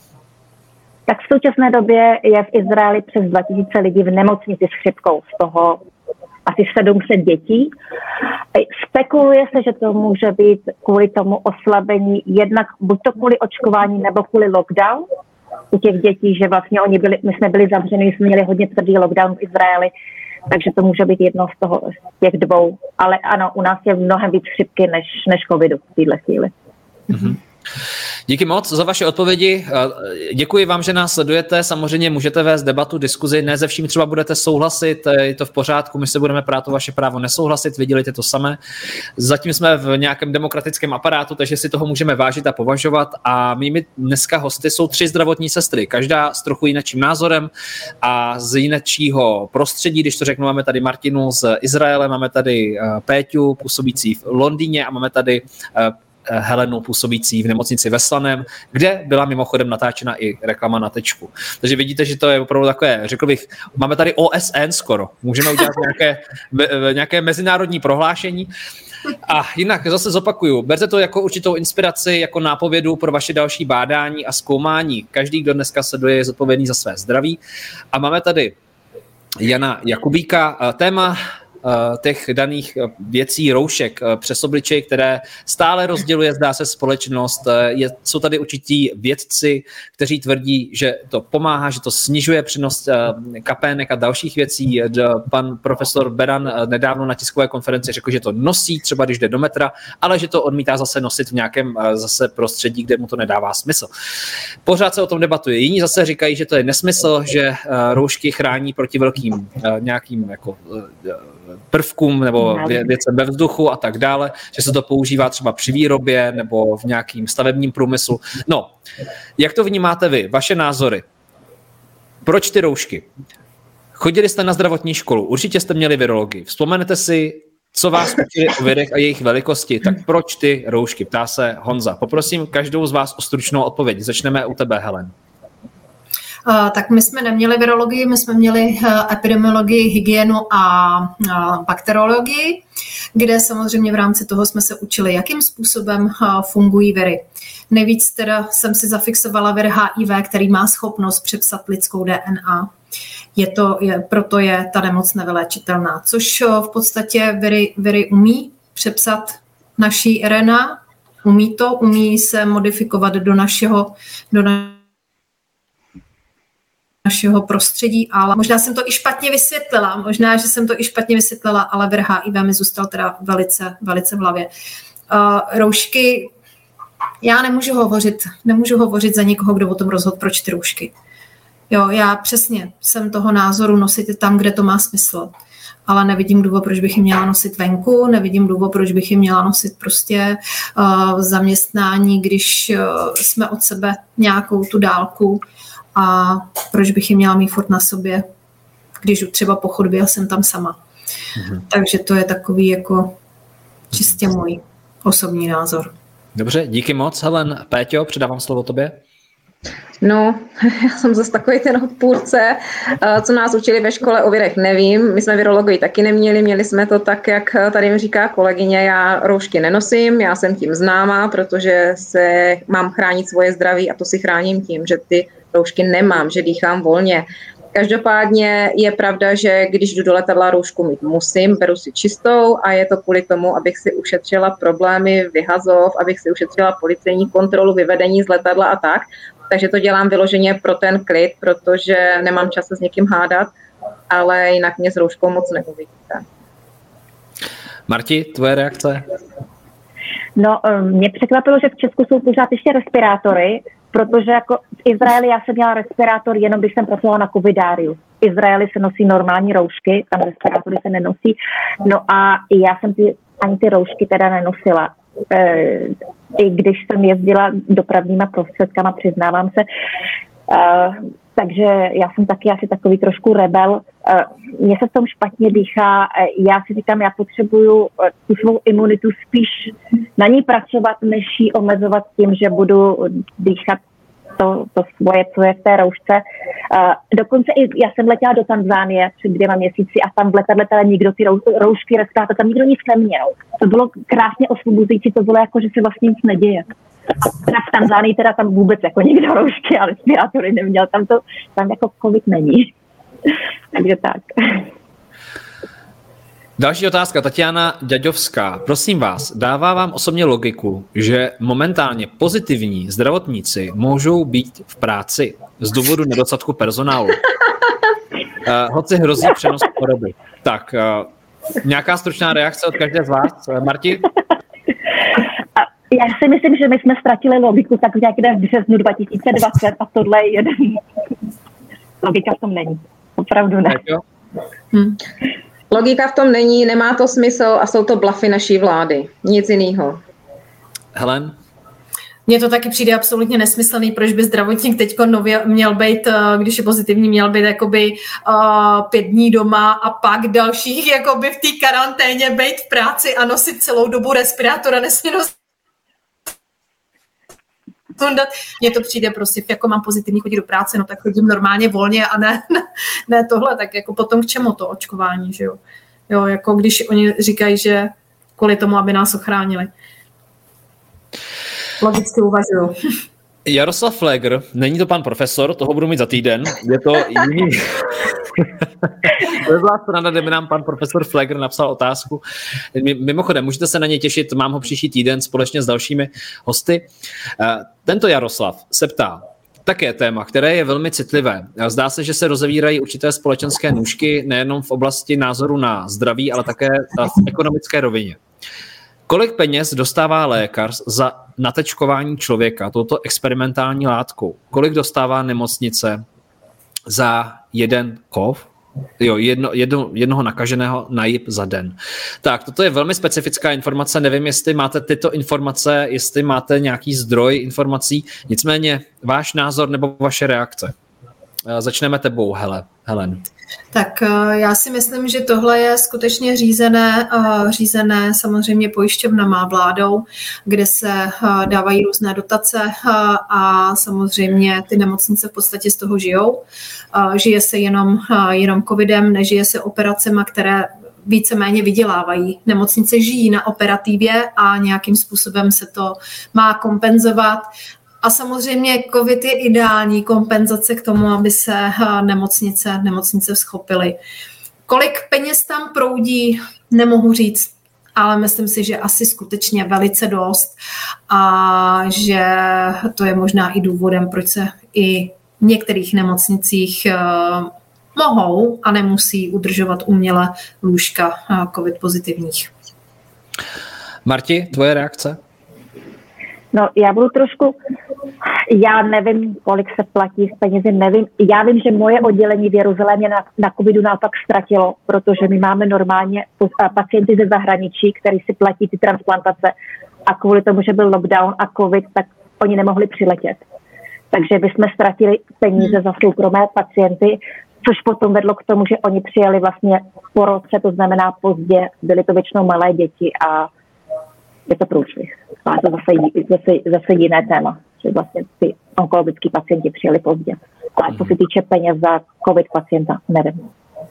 Tak v současné době je v Izraeli přes dva tisíce lidí v nemocnici s chřipkou, z toho asi sedm set dětí. Spekuluje se, že to může být kvůli tomu oslabení, jednak buď to kvůli očkování nebo kvůli lockdown u těch dětí, že vlastně oni byli, my jsme byli zavřeni, jsme měli hodně tvrdý lockdown v Izraeli, takže to může být jedno z toho, z těch dvou. Ale ano, u nás je mnohem víc chřipky než, než covidu v téhle chvíli. Mm-hmm. Díky moc za vaše odpovědi. Děkuji vám, že nás sledujete. Samozřejmě můžete vést debatu, diskuzi. Ne ze vším třeba budete souhlasit, je to v pořádku. My se budeme prát o vaše právo nesouhlasit, vy dělejte to samé. Zatím jsme v nějakém demokratickém aparátu, takže si toho můžeme vážit a považovat. A mými dneska hosty jsou tři zdravotní sestry, každá s trochu jinečím názorem a z jinečího prostředí. Když to řeknu, máme tady Martinu z Izraele, máme tady Péťu, působící v Londýně a máme tady Helenu působící v nemocnici ve Slaném, kde byla mimochodem natáčena i reklama na tečku. Takže vidíte, že to je opravdu takové, řekl bych, máme tady O S N skoro. Můžeme udělat nějaké, nějaké mezinárodní prohlášení. A jinak zase zopakuju, berte to jako určitou inspiraci, jako nápovědu pro vaše další bádání a zkoumání. Každý, kdo dneska sleduje, je zodpovědný za své zdraví. A máme tady Jana Jakubíka. Téma těch daných věcí, roušek přes obličej, které stále rozděluje, zdá se, společnost. Je, jsou tady určití vědci, kteří tvrdí, že to pomáhá, že to snižuje přenos kapének a dalších věcí. Pan profesor Beran nedávno na tiskové konferenci řekl, že to nosí, třeba když jde do metra, ale že to odmítá zase nosit v nějakém zase prostředí, kde mu to nedává smysl. Pořád se o tom debatuje. Jiní zase říkají, že to je nesmysl, že roušky chrání proti velkým nějakým jako prvkům nebo věcem ve vzduchu a tak dále, že se to používá třeba při výrobě nebo v nějakým stavebním průmyslu. No, jak to vnímáte vy? Vaše názory? Proč ty roušky? Chodili jste na zdravotní školu, určitě jste měli virologii. Vzpomenete si, co vás učili o virech a jejich velikosti, tak proč ty roušky? Ptá se Honza. Poprosím každou z vás o stručnou odpověď. Začneme u tebe, Helen. Uh, tak my jsme neměli virologii, my jsme měli uh, epidemiologii, hygienu a uh, bakteriologii, kde samozřejmě v rámci toho jsme se učili, jakým způsobem uh, fungují viry. Nejvíc teda jsem si zafixovala vir H I V, který má schopnost přepsat lidskou D N A. Je to, je, proto je ta nemoc nevyléčitelná, což uh, v podstatě viry, viry umí přepsat naší R N A, umí to, umí se modifikovat do našeho, do našeho našeho prostředí, ale možná jsem to i špatně vysvětlila, možná, že jsem to i špatně vysvětlila, ale vir H I V mi zůstal teda velice, velice v hlavě. Uh, roušky, já nemůžu hovořit, nemůžu hovořit za někoho, kdo o tom rozhodl, proč ty roušky. Jo, já přesně jsem toho názoru nosit je tam, kde to má smysl, ale nevidím důvod, proč bych ji měla nosit venku, nevidím důvod, proč bych ji měla nosit prostě uh, v zaměstnání, když uh, jsme od sebe nějakou tu dálku. A proč bych ji měla mít furt na sobě, když třeba po chodbě jsem tam sama. Mhm. Takže to je takový jako čistě můj osobní názor. Dobře, díky moc, Helen. Péťo, předávám slovo tobě. No, já jsem zase takový ten odpůrce, co nás učili ve škole o virech, nevím. My jsme virologii taky neměli, měli jsme to tak, jak tady mi říká kolegyně, já roušky nenosím, já jsem tím známá, protože se mám chránit svoje zdraví a to si chráním tím, že ty roušky nemám, že dýchám volně. Každopádně je pravda, že když jdu do letadla, roušku mít musím, beru si čistou a je to kvůli tomu, abych si ušetřila problémy vyhazov, abych si ušetřila policejní kontrolu, vyvedení z letadla a tak. Takže to dělám vyloženě pro ten klid, protože nemám čas se s někým hádat, ale jinak mě s rouškou moc neuvidíte. Marti, tvoje reakce? No, mě překvapilo, že v Česku jsou pořád ještě respirátory, protože jako v Izraeli já jsem měla respirátor, jenom když jsem pracovala na covidáriu. V Izraeli se nosí normální roušky, tam respirátory se nenosí. No a já jsem ty, ani ty roušky teda nenosila. E, I když jsem jezdila dopravníma prostředkama, přiznávám se. E, takže já jsem taky asi takový trošku rebel. E, mně se v tom špatně dýchá. E, já si říkám, já potřebuju tu svou imunitu spíš na ní pracovat, než ji omezovat tím, že budu dýchat to, to svoje, co je v té roušce. Uh, dokonce i já jsem letěla do Tanzánie před dvěma měsíci a tam v letadle teda nikdo ty roušky, respirátory, tam nikdo nic neměl. To bylo krásně osvobozující, to bylo jako, že se vlastně nic neděje. A teda v Tanzánii teda tam vůbec jako nikdo roušky a respirátory neměl, tam to, tam jako covid není. Takže tak. Další otázka, Tatiana Ďaďovská. Prosím vás, dává vám osobně logiku, že momentálně pozitivní zdravotníci můžou být v práci z důvodu nedostatku personálu? Uh, hoci hrozí přenos choroby. Tak, uh, nějaká stručná reakce od každé z vás? Uh, Marti? Já si myslím, že my jsme ztratili logiku tak někde v březnu dva tisíce dvacet a tohle je jeden. Logika v tom není. Opravdu ne. Hm. Logika v tom není, nemá to smysl a jsou to blafy naší vlády. Nic jiného. Helen? Mně to taky přijde absolutně nesmyslný, proč by zdravotník teď nově měl být, když je pozitivní, měl být jakoby uh, pět dní doma a pak dalších jakoby v té karanténě být v práci a nosit celou dobu respirátora, nesmí nosit. Mně to přijde prostě, jako mám pozitivní chodit do práce, no tak chodím normálně volně a ne, ne, ne tohle, tak jako potom k čemu to očkování, že jo? Jo, jako když oni říkají, že kvůli tomu, aby nás ochránili. Logicky uvažuju. Jaroslav Flegr, není to pan profesor, toho budu mít za týden, je to jiný. To je zvláštní, kde by nám pan profesor Flegr napsal otázku. Mimochodem, můžete se na ně těšit, mám ho příští týden společně s dalšími hosty. Tento Jaroslav se ptá, také téma, které je velmi citlivé. Zdá se, že se rozevírají určité společenské nůžky nejenom v oblasti názoru na zdraví, ale také v ekonomické rovině. Kolik peněz dostává lékař za natečkování člověka touto experimentální látkou? Kolik dostává nemocnice za jeden kov? Jo, jedno, jedno, jednoho nakaženého na jip za den. Tak, toto je velmi specifická informace, nevím, jestli máte tyto informace, jestli máte nějaký zdroj informací, nicméně váš názor nebo vaše reakce. Začneme tebou, Hele, Helen. Tak já si myslím, že tohle je skutečně řízené, řízené samozřejmě pojišťovnama, vládou, kde se dávají různé dotace a samozřejmě ty nemocnice v podstatě z toho žijou. Žije se jenom, jenom covidem, nežije se operacema, které víceméně vydělávají. Nemocnice žijí na operativě a nějakým způsobem se to má kompenzovat. A samozřejmě covid je ideální kompenzace k tomu, aby se nemocnice, nemocnice schopily. Kolik peněz tam proudí, nemohu říct, ale myslím si, že asi skutečně velice dost a že to je možná i důvodem, proč se i v některých nemocnicích mohou a nemusí udržovat uměle lůžka covid pozitivních. Marti, tvoje reakce? No, já budu trošku, já nevím, kolik se platí z penězi, nevím. Já vím, že moje oddělení v Jeruzalémě na, na covidu naopak ztratilo, protože my máme normálně pacienty ze zahraničí, kteří si platí ty transplantace a kvůli tomu, že byl lockdown a covid, tak oni nemohli přiletět. Takže bychom ztratili peníze za soukromé pacienty, což potom vedlo k tomu, že oni přijeli vlastně po roce, to znamená pozdě, byly to většinou malé děti a je to průšvih. ale to zase, zase, zase jiné téma, že vlastně ty onkologický pacienti přijeli pozdě. Ale co se týče peněz za covid pacienta, nevím.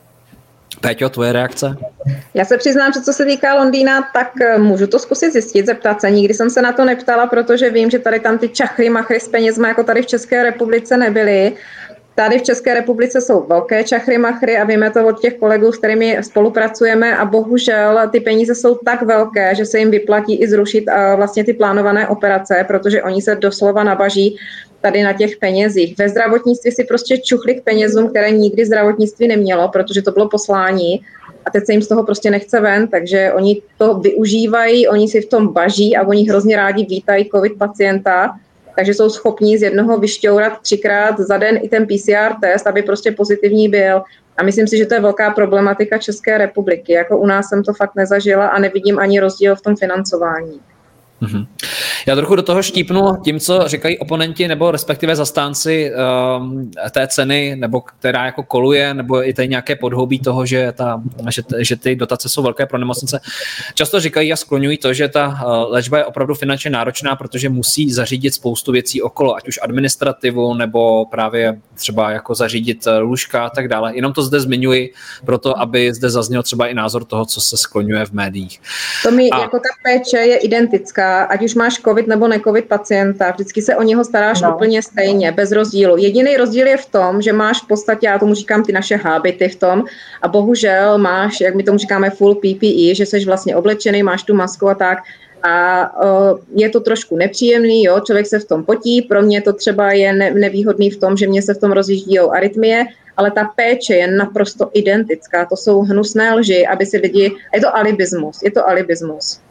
Péťo, tvoje reakce? Já se přiznám, že co se týká Londýna, tak můžu to zkusit zjistit, zeptat se. Nikdy jsem se na to neptala, protože vím, že tady tam ty čachry, machry s penězma, jako tady v České republice nebyly. Tady v České republice jsou velké čachry, machry a víme to od těch kolegů, s kterými spolupracujeme a bohužel ty peníze jsou tak velké, že se jim vyplatí i zrušit vlastně ty plánované operace, protože oni se doslova nabaží tady na těch penězích. Ve zdravotnictví si prostě čuchli k penězům, které nikdy zdravotnictví nemělo, protože to bylo poslání a teď se jim z toho prostě nechce ven, takže oni to využívají, oni si v tom baží a oni hrozně rádi vítají covid pacienta, takže jsou schopní z jednoho vyšťourat třikrát za den i ten P C R test, aby prostě pozitivní byl. A myslím si, že to je velká problematika České republiky. Jako u nás jsem to fakt nezažila a nevidím ani rozdíl v tom financování. Mm-hmm. Já trochu do toho štípnu tím, co říkají oponenti nebo respektive zastánci um, té ceny, nebo která jako koluje, nebo i tady nějaké podhoubí toho, že, ta, že, že ty dotace jsou velké pro nemocnice. Často říkají a skloňují to, že ta uh, léčba je opravdu finančně náročná, protože musí zařídit spoustu věcí okolo, ať už administrativu, nebo právě třeba jako zařídit lůžka a tak dále. Jenom to zde zmiňuji proto, aby zde zazněl třeba i názor toho, co se skloňuje v médiích. To mi a... jako ta péče je identická. Ať už máš covid nebo necovid pacienta, vždycky se o něho staráš no. úplně stejně, bez rozdílu. Jediný rozdíl je v tom, že máš v podstatě, já tomu říkám ty naše hábity v tom a bohužel máš, jak my tomu říkáme full P P E, že jsi vlastně oblečený, máš tu masku a tak a uh, je to trošku nepříjemný, jo, člověk se v tom potí, pro mě to třeba je ne- nevýhodný v tom, že mě se v tom rozjíždíjou arytmie, ale ta péče je naprosto identická, to jsou hnusné lži, aby si lidi, je to alibismus, je to alibismus.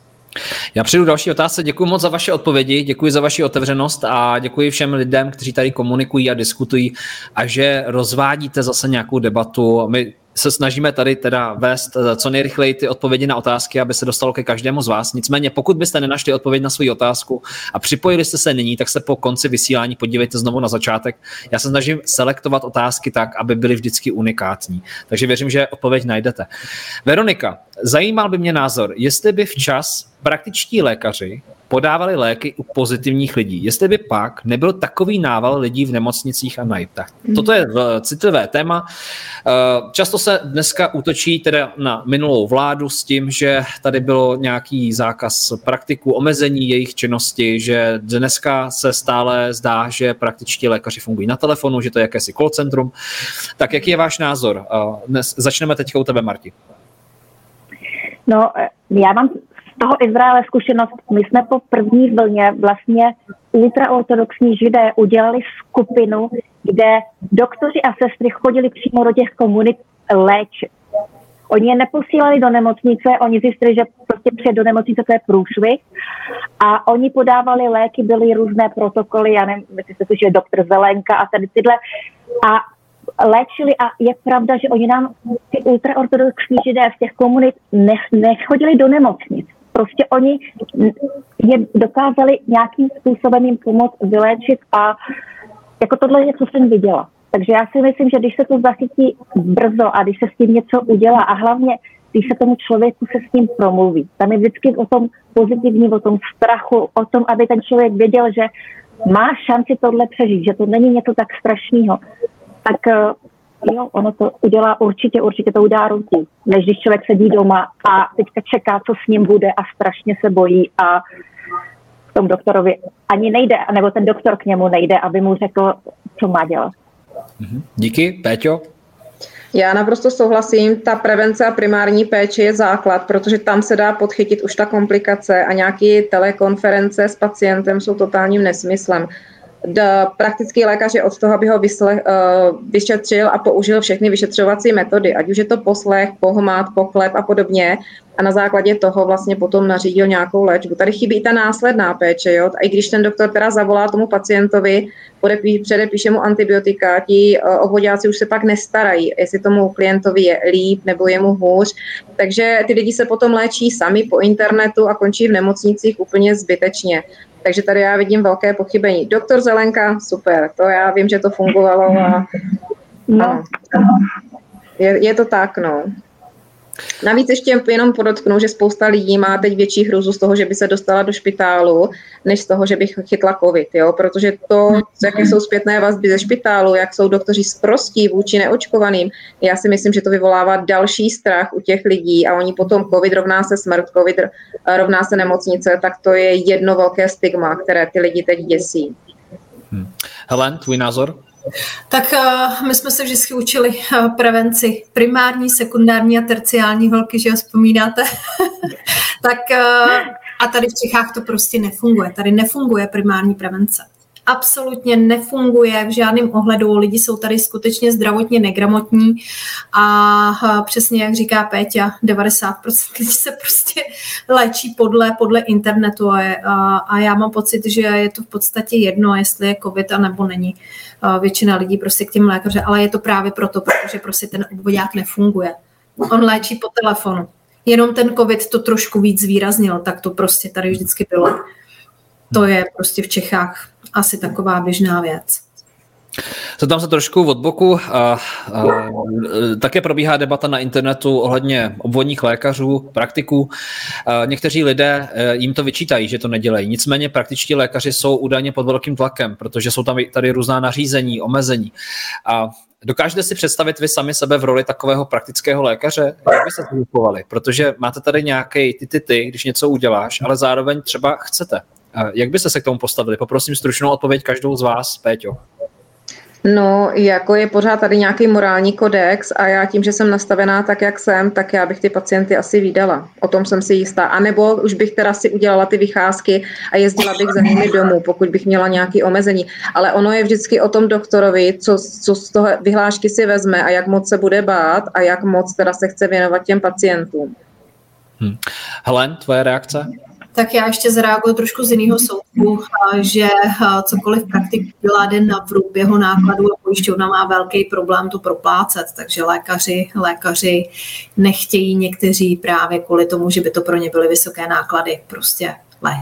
Já přijdu další otázce. Děkuji moc za vaše odpovědi, děkuji za vaši otevřenost a děkuji všem lidem, kteří tady komunikují a diskutují a že rozvádíte zase nějakou debatu. My se snažíme tady teda vést co nejrychleji ty odpovědi na otázky, aby se dostalo ke každému z vás. Nicméně, pokud byste nenašli odpověď na svou otázku a připojili jste se nyní, tak se po konci vysílání podívejte znovu na začátek. Já se snažím selektovat otázky tak, aby byly vždycky unikátní. Takže věřím, že odpověď najdete. Veronika, zajímal by mě názor, jestli by včas praktičtí lékaři podávali léky u pozitivních lidí. Jestli by pak nebyl takový nával lidí v nemocnicích a na jiptách. Toto je citlivé téma. Často se dneska útočí teda na minulou vládu s tím, že tady bylo nějaký zákaz praktiků, omezení jejich činnosti, že dneska se stále zdá, že praktičtí lékaři fungují na telefonu, že to je jakési call centrum. Tak jaký je váš názor? Dnes začneme teďka u tebe, Marti. No, já mám z toho Izraele zkušenost. My jsme po první vlně vlastně ultraortodoxní židé udělali skupinu, kde doktoři a sestry chodili přímo do těch komunit léčit. Oni je neposílali do nemocnice, oni zjistili, že prostě přijet do nemocnice to je průšvih a oni podávali léky, byly různé protokoly, já nevím, jestli jste slyšeli doktor Zelenka a tady tyhle a léčili a je pravda, že oni nám, ty ultraortodoxní židé z těch komunit nech, nechodili do nemocnic. Prostě oni je dokázali nějakým způsobem jim pomoct vyléčit a jako tohle je, co jsem viděla. Takže já si myslím, že když se to zachytí brzo a když se s tím něco udělá a hlavně, když se tomu člověku se s tím promluví. Tam je vždycky o tom pozitivní, o tom strachu, o tom, aby ten člověk věděl, že má šanci tohle přežít, že to není něco tak strašného. Tak jo, ono to udělá určitě, určitě to udělá ruku, než když člověk sedí doma a teďka čeká, co s ním bude a strašně se bojí a k tomu doktorovi ani nejde, nebo ten doktor k němu nejde, aby mu řekl, co má dělat. Díky, Péťo. Já naprosto souhlasím, ta prevence a primární péče je základ, protože tam se dá podchytit už ta komplikace a nějaké telekonference s pacientem jsou totálním nesmyslem. Praktický lékař je od toho, aby ho vysle, uh, vyšetřil a použil všechny vyšetřovací metody, ať už je to poslech, pohmat, poklep a podobně. A na základě toho vlastně potom nařídil nějakou léčbu. Tady chybí i ta následná péče, jo? A i když ten doktor teda zavolá tomu pacientovi, podepí, předepíše mu antibiotika, ti uh, obvoďáci už se pak nestarají, jestli tomu klientovi je líp nebo je mu hůř. Takže ty lidi se potom léčí sami po internetu a končí v nemocnicích úplně zbytečně. Takže tady já vidím velké pochybení. Doktor Zelenka, super, to já vím, že to fungovalo a no. je, je to tak, no. Navíc ještě jenom podotknu, že spousta lidí má teď větší hrůzu z toho, že by se dostala do špitálu, než z toho, že bych chytla covid, jo? Protože to, jaké jsou zpětné vazby ze špitálu, jak jsou doktoři sprostí vůči neočkovaným, já si myslím, že to vyvolává další strach u těch lidí a oni potom covid rovná se smrt, covid rovná se nemocnice, tak to je jedno velké stigma, které ty lidi teď děsí. Hmm. Helen, tvůj názor? Tak uh, my jsme se vždycky učili uh, prevenci primární, sekundární a terciální holky, že ho vzpomínáte. tak uh, a tady v Čechách to prostě nefunguje. Tady nefunguje primární prevence. Absolutně nefunguje v žádném ohledu. Lidi jsou tady skutečně zdravotně negramotní a uh, přesně jak říká Péťa, devadesát procent lidí se prostě léčí podle, podle internetu a, je, a, a já mám pocit, že je to v podstatě jedno, jestli je covid a nebo není. Většina lidí prostě k těm lékaře, ale je to právě proto, protože prostě ten obvodák nefunguje. On léčí po telefonu. Jenom ten covid to trošku víc zvýraznil, tak to prostě tady vždycky bylo. To je prostě v Čechách asi taková běžná věc. Zeptám se trošku od boku. A, a, také probíhá debata na internetu ohledně obvodních lékařů, praktiků. A někteří lidé jim to vyčítají, že to nedělají. Nicméně praktičtí lékaři jsou údajně pod velkým tlakem, protože jsou tam tady různá nařízení, omezení. A dokážete si představit vy sami sebe v roli takového praktického lékaře? Jak byste to vychovali? Protože máte tady nějaký ty, ty, ty, když něco uděláš, ale zároveň třeba chcete. A jak byste se k tomu postavili? Poprosím stručnou odpověď každou z vás, Péťo. No, jako je pořád tady nějaký morální kodex a já tím, že jsem nastavená tak, jak jsem, tak já bych ty pacienty asi vídala. O tom jsem si jistá. A nebo už bych teda si udělala ty vycházky a jezdila bych za nimi domů, pokud bych měla nějaké omezení. Ale ono je vždycky o tom doktorovi, co, co z toho vyhlášky si vezme a jak moc se bude bát a jak moc teda se chce věnovat těm pacientům. Hmm. Helen, tvoje reakce? Tak já ještě zareaguju trošku z jiného soudku, že cokoliv praktik dělá den na vrub jeho nákladů a pojišťovna má velký problém to proplácet, takže lékaři, lékaři nechtějí někteří právě kvůli tomu, že by to pro ně byly vysoké náklady, prostě léčit.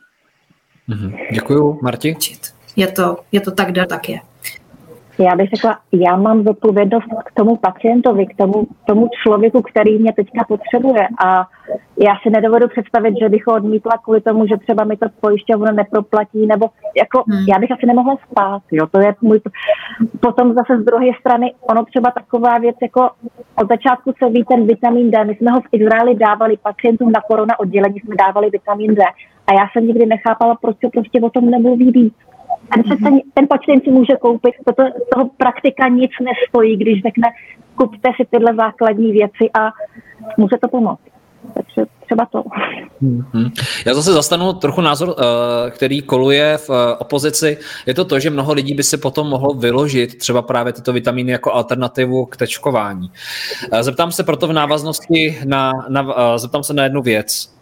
Mm-hmm. Děkuju, Marti. Je to, je to tak, tak je. Já bych řekla, já mám zodpovědnost k tomu pacientovi, k tomu, tomu člověku, který mě teďka potřebuje a já si nedovedu představit, že bych ho odmítla kvůli tomu, že třeba mi to pojišťovna neproplatí, nebo jako hmm. já bych asi nemohla spát, jo, to je můj... Potom zase z druhé strany, ono třeba taková věc, jako od začátku se ví ten vitamin D, my jsme ho v Izraeli dávali pacientům na korona oddělení, jsme dávali vitamin D a já jsem nikdy nechápala, proč se prostě o tom nemluví víc. Ten, mm-hmm. ten pacient si může koupit, toto, toho praktika nic nestojí, když řekne, kupte si tyhle základní věci a může to pomoct. Takže třeba to. Mm-hmm. Já zase zastanu trochu názor, který koluje v opozici. Je to to, že mnoho lidí by si potom mohlo vyložit třeba právě tyto vitamíny jako alternativu k tečkování. Zeptám se proto v návaznosti na, na, zeptám se na jednu věc.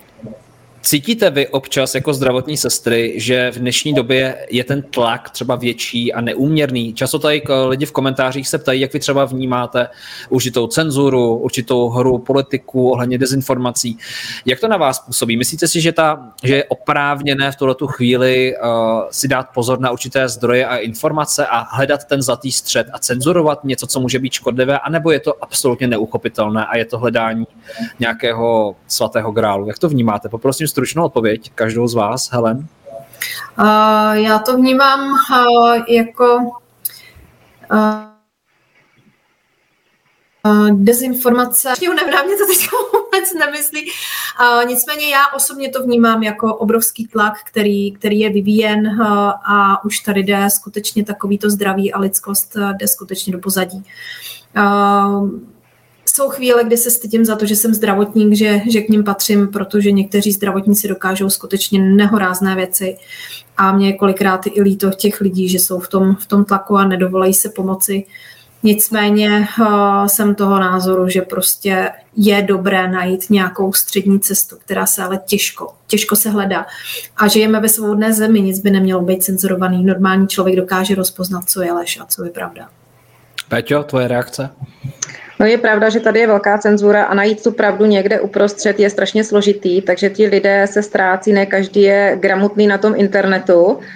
Cítíte vy občas jako zdravotní sestry, že v dnešní době je ten tlak třeba větší a neúměrný? Často tady lidi v komentářích se ptají, jak vy třeba vnímáte určitou cenzuru, určitou hru politiků ohledně dezinformací. Jak to na vás působí? Myslíte si, že, ta, že je oprávněné v tuhletu chvíli uh, si dát pozor na určité zdroje a informace a hledat ten zlatý střed a cenzurovat něco, co může být škodlivé, anebo je to absolutně neuchopitelné a je to hledání nějakého svatého grálu? Jak to vnímáte? Poprosím stručnou odpověď, každou z vás, Helen. Uh, já to vnímám uh, jako uh, uh, dezinformace. Na mě to teď vůbec nemyslí. Uh, nicméně já osobně to vnímám jako obrovský tlak, který, který je vyvíjen uh, a už tady jde skutečně takovýto zdraví a lidskost uh, jde skutečně do pozadí. Uh, Jsou chvíle, kdy se stydím za to, že jsem zdravotník, že, že k ním patřím, protože někteří zdravotníci dokážou skutečně nehorázné věci a mě je kolikrát i líto těch lidí, že jsou v tom, v tom tlaku a nedovolají se pomoci. Nicméně uh, jsem toho názoru, že prostě je dobré najít nějakou střední cestu, která se ale těžko, těžko se hledá. A žijeme ve svobodné zemi, nic by nemělo být cenzurovaný. Normální člověk dokáže rozpoznat, co je lež a co je pravda. Péťo, tvoje reakce? No je pravda, že tady je velká cenzura a najít tu pravdu někde uprostřed je strašně složitý, takže ti lidé se ztrácí, ne každý je gramotný na tom internetu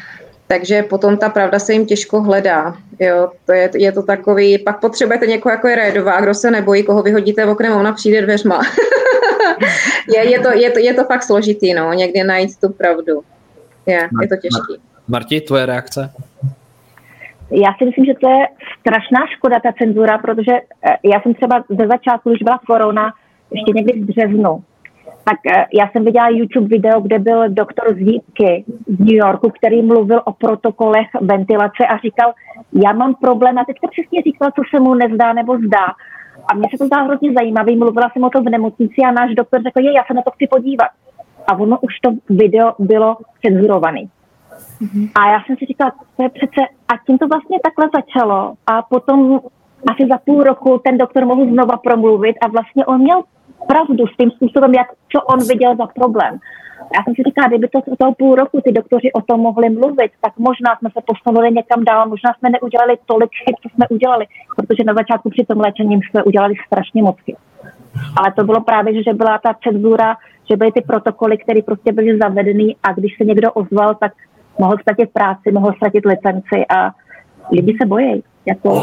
takže potom ta pravda se jim těžko hledá. Jo, to je, je to takový, pak potřebujete někoho jako je Rédová, kdo se nebojí, koho vyhodíte oknem, ona přijde dveřma. je, je, to, je, to, je to fakt složitý, no, někdy najít tu pravdu. Je, je to těžký. Marti, tvoje reakce? Já si myslím, že to je strašná škoda, ta cenzura, protože já jsem třeba ze začátku, když byla korona, ještě někdy v březnu, tak já jsem viděla YouTube video, kde byl doktor z Jípky z New Yorku, který mluvil o protokolech ventilace a říkal, já mám problém, a teďka přesně říkal, co se mu nezdá nebo zdá. A mně se to zdá hrozně zajímavý, mluvila jsem o to v nemocnici a náš doktor řekl, je, já se na to chci podívat. A ono už to video bylo cenzurovaný. Mm-hmm. A já jsem si říkala, to je přece, a tím to vlastně takhle začalo. A potom asi za půl roku ten doktor mohl znova promluvit a vlastně on měl pravdu s tím způsobem, jak, co on viděl za problém. Já jsem si říkala, kdyby to toho půl roku ty doktoři o tom mohli mluvit, tak možná jsme se posunuli někam dál, možná jsme neudělali tolik chyb, co jsme udělali, protože na začátku při tom léčení jsme udělali strašně moc chyb. Ale to bylo právě, že byla ta cenzura, že byly ty protokoly, které prostě byly zavedeny a když se někdo ozval, tak mohl ztratit práci, mohl ztratit licenci a lidi se bojí. Jako,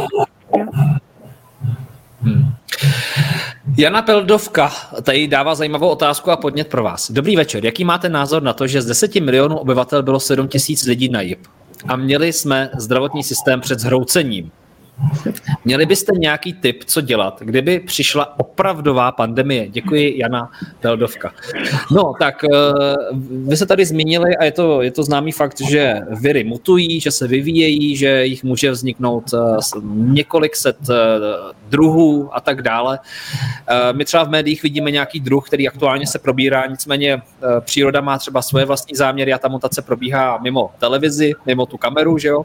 hmm. Jana Peldovka tady dává zajímavou otázku a podnět pro vás. Dobrý večer. Jaký máte názor na to, že z deseti milionů obyvatel bylo sedm tisíc lidí na J I P a měli jsme zdravotní systém před zhroucením? Měli byste nějaký tip, co dělat, kdyby přišla opravdová pandemie? Děkuji, Jana Peldovka. No, tak vy se tady zmínili a je to, je to známý fakt, že viry mutují, že se vyvíjejí, že jich může vzniknout několik set druhů a tak dále. My třeba v médiích vidíme nějaký druh, který aktuálně se probírá, nicméně příroda má třeba svoje vlastní záměry a ta mutace probíhá mimo televizi, mimo tu kameru, že jo?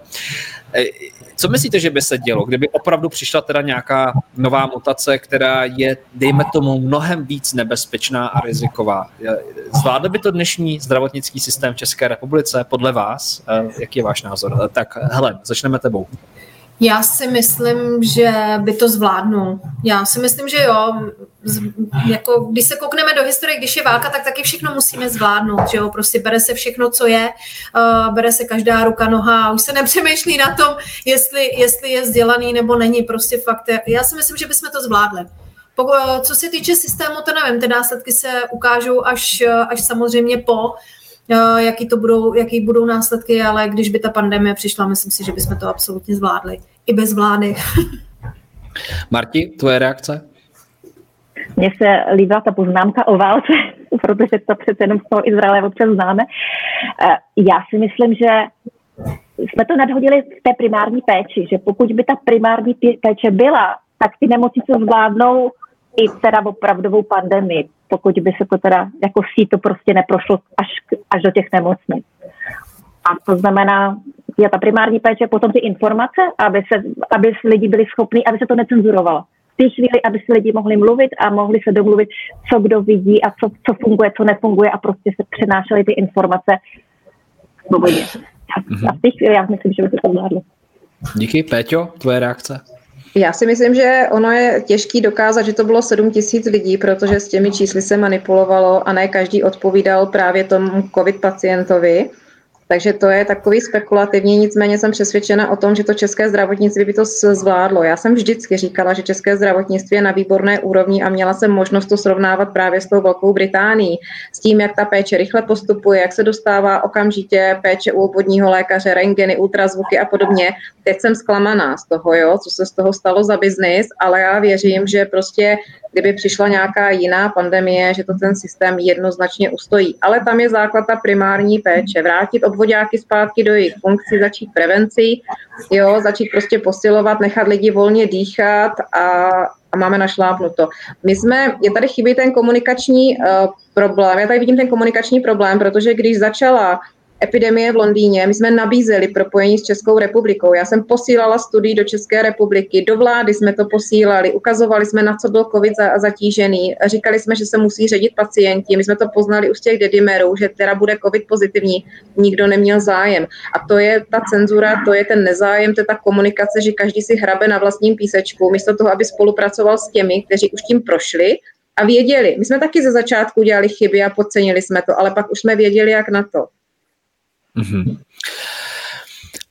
Co myslíte, že by se dělo, kdyby opravdu přišla teda nějaká nová mutace, která je, dejme tomu, mnohem víc nebezpečná a riziková? Zvládl by to dnešní zdravotnický systém v České republice podle vás? Jaký je váš názor? Tak Helen, začneme tebou. Já si myslím, že by to zvládnul. Já si myslím, že jo. Jako, když se koukneme do historie, když je válka, tak taky všechno musíme zvládnout. Že jo? Prostě bere se všechno, co je, uh, bere se každá ruka, noha a už se nepřemýšlí na tom, jestli, jestli je vzdělaný nebo není. Prostě fakt. Já si myslím, že bychom to zvládli. Pokud, co se týče systému, to nevím, ty následky se ukážou až, až samozřejmě po, jaký, to budou, jaký budou následky, ale když by ta pandemie přišla, myslím si, že bychom to absolutně zvládli. I bez vlády. Marti, tvoje reakce? Mně se líbila ta poznámka o válce, protože to přece jenom z toho Izraele občas známe. Já si myslím, že jsme to nadhodili v té primární péči, že pokud by ta primární péče byla, tak ty nemocnice zvládnou i teda opravdovou pandemii, pokud by se to teda jako síto prostě neprošlo až, až do těch nemocnic. A to znamená, je ta primární péče, potom ty informace, aby se, aby lidi byli schopni, aby se to necenzurovalo. V té chvíli, aby si lidi mohli mluvit a mohli se domluvit, co kdo vidí a co, co funguje, co nefunguje a prostě se přenášely ty informace svobodně. Mm-hmm. A v té chvíli já myslím, že by se to zvládlo. Díky. Péťo, tvoje reakce? Já si myslím, že ono je těžký dokázat, že to bylo sedm tisíc lidí, protože s těmi čísly se manipulovalo a ne každý odpovídal právě tomu covid pacientovi. Takže to je takový spekulativní, nicméně jsem přesvědčena o tom, že to české zdravotnictví by to zvládlo. Já jsem vždycky říkala, že české zdravotnictví je na výborné úrovni a měla jsem možnost to srovnávat právě s tou Velkou Británií, s tím, jak ta péče rychle postupuje, jak se dostává okamžitě péče u obvodního lékaře, rentgeny, ultrazvuky a podobně. Teď jsem zklamaná z toho, jo, co se z toho stalo za biznis, ale já věřím, že prostě kdyby přišla nějaká jiná pandemie, že to ten systém jednoznačně ustojí. Ale tam je základ ta primární péče. Vrátit obvoďáky zpátky do jejich funkcí, začít prevencí, jo, začít prostě posilovat, nechat lidi volně dýchat a, a máme našlápnuto. My jsme, je tady chybí ten komunikační uh, problém, já tady vidím ten komunikační problém, protože když začala epidemie v Londýně, my jsme nabízeli propojení s Českou republikou. Já jsem posílala studii do České republiky, do vlády jsme to posílali, ukazovali jsme, na co byl covid zatížený, říkali jsme, že se musí ředit pacienti, my jsme to poznali už z těch dedimerů, že teda bude covid pozitivní, nikdo neměl zájem. A to je ta cenzura, to je ten nezájem, to je ta komunikace, že každý si hrabe na vlastním písečku, místo toho, aby spolupracoval s těmi, kteří už tím prošli a věděli. My jsme taky ze začátku dělali chyby a podcenili jsme to, ale pak už jsme věděli, jak na to. Mm-hmm.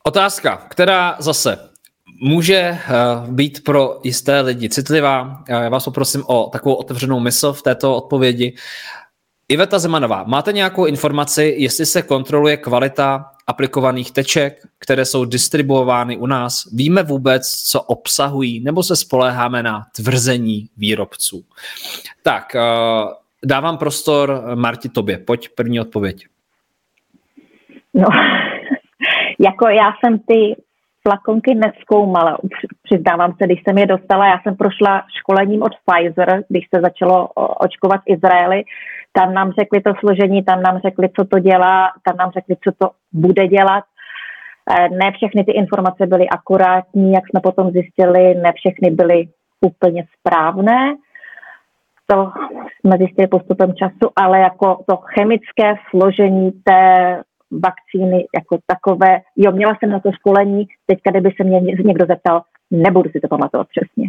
Otázka, která zase může být pro jisté lidi citlivá. Já vás poprosím o takovou otevřenou mysl v této odpovědi. Iveta Zemanová, máte nějakou informaci, jestli se kontroluje kvalita aplikovaných teček, které jsou distribuovány u nás? Víme vůbec, co obsahují, nebo se spoléháme na tvrzení výrobců? Tak, dávám prostor Marti tobě. Pojď, první odpověď. No, jako já jsem ty flakonky nezkoumala, přiznávám se, když jsem je dostala, já jsem prošla školením od Pfizer, když se začalo očkovat v Izraeli, tam nám řekli to složení, tam nám řekli, co to dělá, tam nám řekli, co to bude dělat. Ne všechny ty informace byly akurátní, jak jsme potom zjistili, ne všechny byly úplně správné. To jsme zjistili postupem času, ale jako to chemické složení té vakcíny jako takové, jo, měla jsem na to školení, teďka, kdyby se mě někdo zeptal, nebudu si to pamatovat přesně.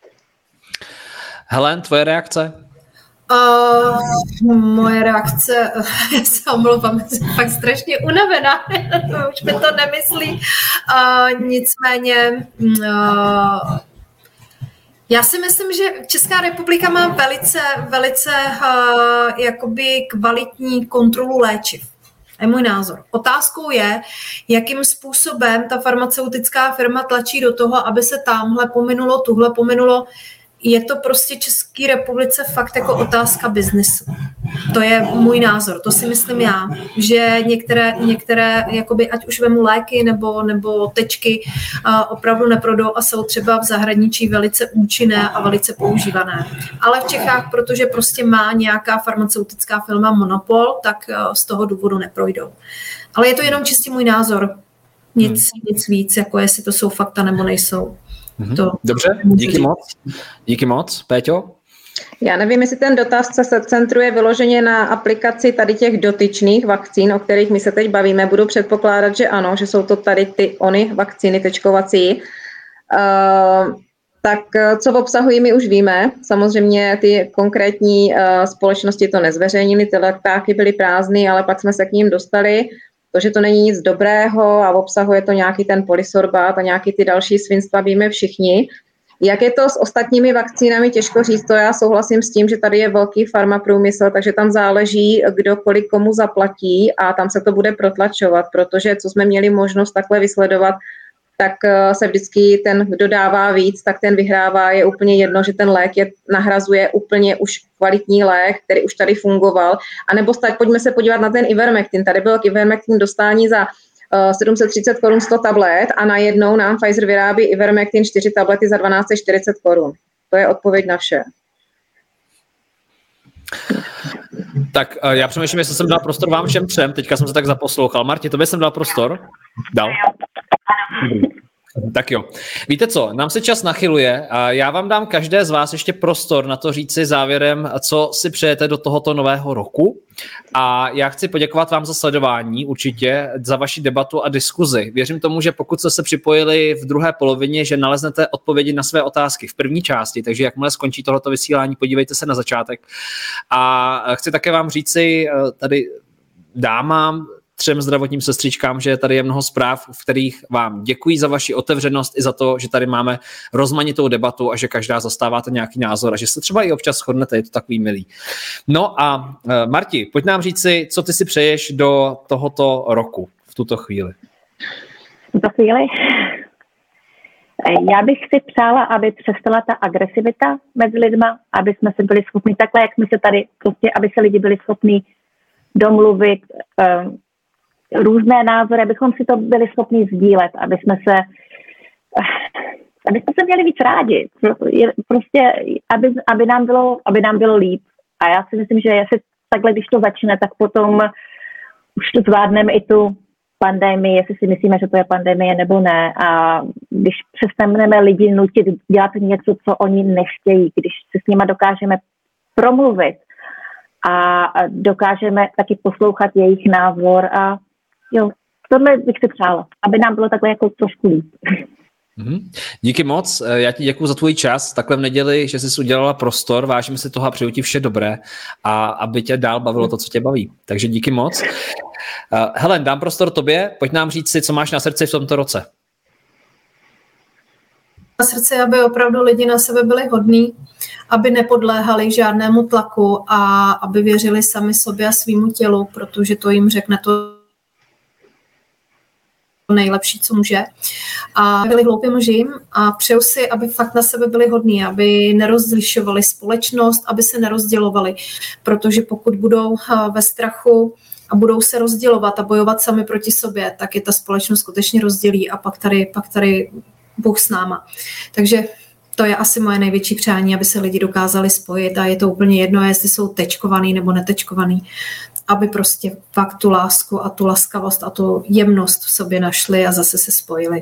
Helen, tvoje reakce? Uh, moje reakce, já se omlouvám, jsem fakt strašně unavená, už mi to nemyslí. Uh, nicméně, uh, já si myslím, že Česká republika má velice, velice uh, jakoby kvalitní kontrolu léčiv. To je můj názor. Otázkou je, jakým způsobem ta farmaceutická firma tlačí do toho, aby se tamhle pominulo, tuhle pominulo. Je to prostě České republice fakt jako otázka biznesu. To je můj názor, to si myslím já, že některé, některé jakoby, ať už vemu léky nebo, nebo tečky, opravdu neprodou a jsou třeba v zahraničí velice účinné a velice používané. Ale v Čechách, protože prostě má nějaká farmaceutická firma monopol, tak z toho důvodu neprojdou. Ale je to jenom čistě můj názor. Nic, hmm. nic víc, jako jestli to jsou fakta nebo nejsou. To Dobře, díky moc. Díky moc, Péťo. Já nevím, jestli ten dotaz se centruje vyloženě na aplikaci tady těch dotyčných vakcín, o kterých my se teď bavíme. Budu předpokládat, že ano, že jsou to tady ty ony vakcíny tečkovací. Uh, tak co obsahují, my už víme. Samozřejmě ty konkrétní uh, společnosti to nezveřejnily, ty letáky byly prázdný, ale pak jsme se k ním dostali. To, že to není nic dobrého a obsahuje to nějaký ten polysorbát a nějaký ty další svinstva, víme všichni. Jak je to s ostatními vakcínami, těžko říct, to já souhlasím s tím, že tady je velký farmaprůmysl, takže tam záleží, kdo kolik komu zaplatí a tam se to bude protlačovat, protože co jsme měli možnost takhle vysledovat, tak se vždycky ten, kdo dává víc, tak ten vyhrává. Je úplně jedno, že ten lék je, nahrazuje úplně už kvalitní lék, který už tady fungoval. A nebo stať, pojďme se podívat na ten Ivermectin. Tady byl Ivermectin dostání za uh, sedm set třicet korun sto tablet a najednou nám Pfizer vyrábí Ivermectin čtyři tablety za dvanáct set čtyřicet korun. To je odpověď na vše. Tak uh, já přemýšlím, jestli jsem dal prostor vám všem třem. Teďka jsem se tak zaposlouchal. Marti, tobě jsem dal prostor? Dal. Tak jo. Víte co, nám se čas nachyluje a já vám dám každé z vás ještě prostor na to říci závěrem, co si přejete do tohoto nového roku. A já chci poděkovat vám za sledování, určitě za vaši debatu a diskuzi. Věřím tomu, že pokud jste se připojili v druhé polovině, že naleznete odpovědi na své otázky v první části, takže jakmile skončí tohleto vysílání, podívejte se na začátek. A chci také vám říci tady dámám, třem zdravotním sestřičkám, že tady je mnoho zpráv, v kterých vám děkuji za vaši otevřenost i za to, že tady máme rozmanitou debatu a že každá zastáváte nějaký názor a že se třeba i občas shodnete, je to takový milý. No a uh, Marti, pojď nám říci, co ty si přeješ do tohoto roku v tuto chvíli. V tuto chvíli? Já bych si přála, aby přestala ta agresivita mezi lidma, aby jsme se byli schopni takhle, jak jsme se tady, prostě, aby se lidi byli schopni domluvit, um, různé názory, abychom si to byli schopni sdílet, aby jsme se aby jsme se měli víc rádi. Prostě, aby, aby, nám bylo, aby nám bylo líp. A já si myslím, že jestli takhle, když to začne, tak potom už to zvládneme i tu pandemii, jestli si myslíme, že to je pandemie nebo ne. A když přestaneme lidi nutit dělat něco, co oni nechtějí, když se s nima dokážeme promluvit a dokážeme taky poslouchat jejich názor a jo, tohle bych si přála, aby nám bylo takhle jako trošku líp. Mm-hmm. Díky moc, já ti děkuji za tvůj čas, takhle v neděli, že jsi udělala prostor, vážím si toho a přeju ti vše dobré a aby tě dál bavilo to, co tě baví. Takže díky moc. Helen, dám prostor tobě, pojď nám říct si, co máš na srdci v tomto roce. Na srdci, aby opravdu lidi na sebe byli hodní, aby nepodléhali žádnému tlaku a aby věřili sami sobě a svýmu tělu, protože to jim řekne to nejlepší, co může. A byli hloupým lžím a přeju si, aby fakt na sebe byli hodní, aby nerozlišovali společnost, aby se nerozdělovali, protože pokud budou ve strachu a budou se rozdělovat a bojovat sami proti sobě, tak je ta společnost skutečně rozdělí a pak tady, pak tady Bůh s náma. Takže to je asi moje největší přání, aby se lidi dokázali spojit a je to úplně jedno, jestli jsou tečkovaný nebo netečkovaný, aby prostě fakt tu lásku a tu laskavost a tu jemnost v sobě našli a zase se spojili.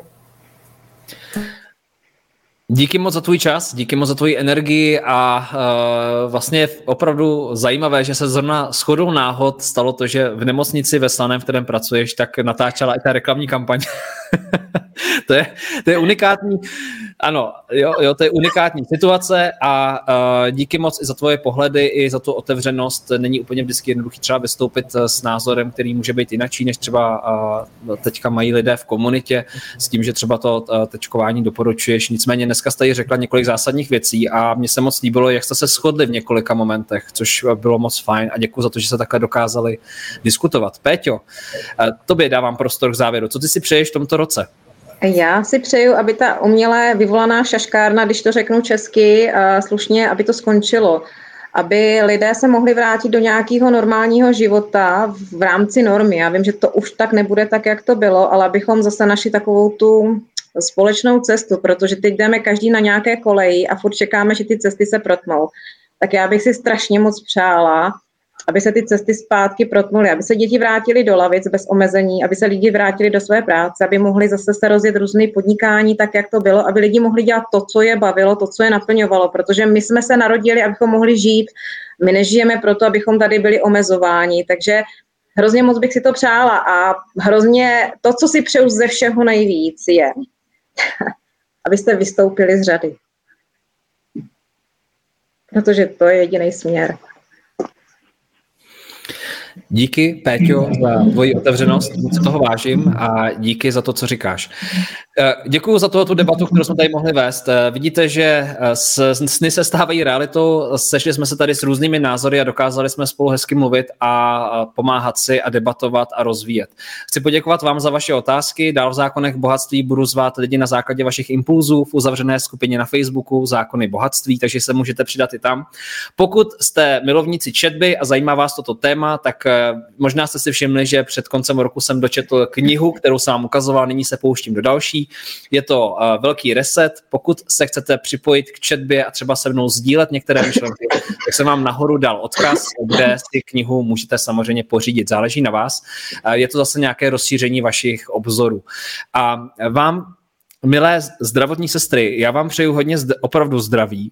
Díky moc za tvůj čas, díky moc za tvoji energii a uh, vlastně je opravdu zajímavé, že se zrovna shodou náhod stalo to, že v nemocnici ve Slaném, v kterém pracuješ, tak natáčela i ta reklamní kampaň. to, je, to je unikátní, ano, jo, jo, to je unikátní situace a uh, díky moc i za tvoje pohledy, i za tu otevřenost. Není úplně vždycky jednoduchý třeba vystoupit s názorem, který může být jinačí, než třeba uh, teďka mají lidé v komunitě, s tím, že třeba to uh, tečkování doporučuješ. Nicméně dneska jste jí řekla několik zásadních věcí a mně se moc líbilo, jak jste se shodli v několika momentech, což bylo moc fajn a děkuji za to, že se takhle dokázali diskutovat. Péťo, tobě dávám prostor k závěru. Co ty si přeješ v tomto roce? Já si přeju, aby ta uměle vyvolaná šaškárna, když to řeknu česky, slušně, aby to skončilo. Aby lidé se mohli vrátit do nějakého normálního života v rámci normy. Já vím, že to už tak nebude tak, jak to bylo, ale abychom zase našli takovou tu společnou cestu, protože teď jdeme každý na nějaké koleji a furt čekáme, že ty cesty se protnou. Tak já bych si strašně moc přála, aby se ty cesty zpátky protnuly, aby se děti vrátily do lavic bez omezení, aby se lidi vrátili do své práce, aby mohli zase se rozjet různé podnikání tak, jak to bylo, aby lidi mohli dělat to, co je bavilo, to, co je naplňovalo, protože my jsme se narodili, abychom mohli žít, my nežijeme proto, abychom tady byli omezováni, takže hrozně moc bych si to přála a hrozně to, co si přeju ze všeho nejvíc je, abyste vystoupili z řady. Protože to je jediný směr. Díky, Péťo, za tvoji otevřenost, moc toho vážím a díky za to, co říkáš. Děkuji za tu debatu, kterou jsme tady mohli vést. Vidíte, že sny se stávají realitou, sešli jsme se tady s různými názory a dokázali jsme spolu hezky mluvit a pomáhat si a debatovat a rozvíjet. Chci poděkovat vám za vaše otázky, dál v Zákonech bohatství budu zvát lidi na základě vašich impulzů v uzavřené skupině na Facebooku Zákony bohatství, takže se můžete přidat i tam. Pokud jste milovníci četby a zajímá vás toto téma, tak možná jste si všimli, že před koncem roku jsem dočetl knihu, kterou jsem vám ukazoval, nyní se pouštím do další. Je to uh, velký reset. Pokud se chcete připojit k četbě a třeba se mnou sdílet některé myšlenky, tak jsem vám nahoru dal odkaz, kde si knihu můžete samozřejmě pořídit. Záleží na vás. Uh, je to zase nějaké rozšíření vašich obzorů. A vám, milé zdravotní sestry, já vám přeju hodně zd- opravdu zdraví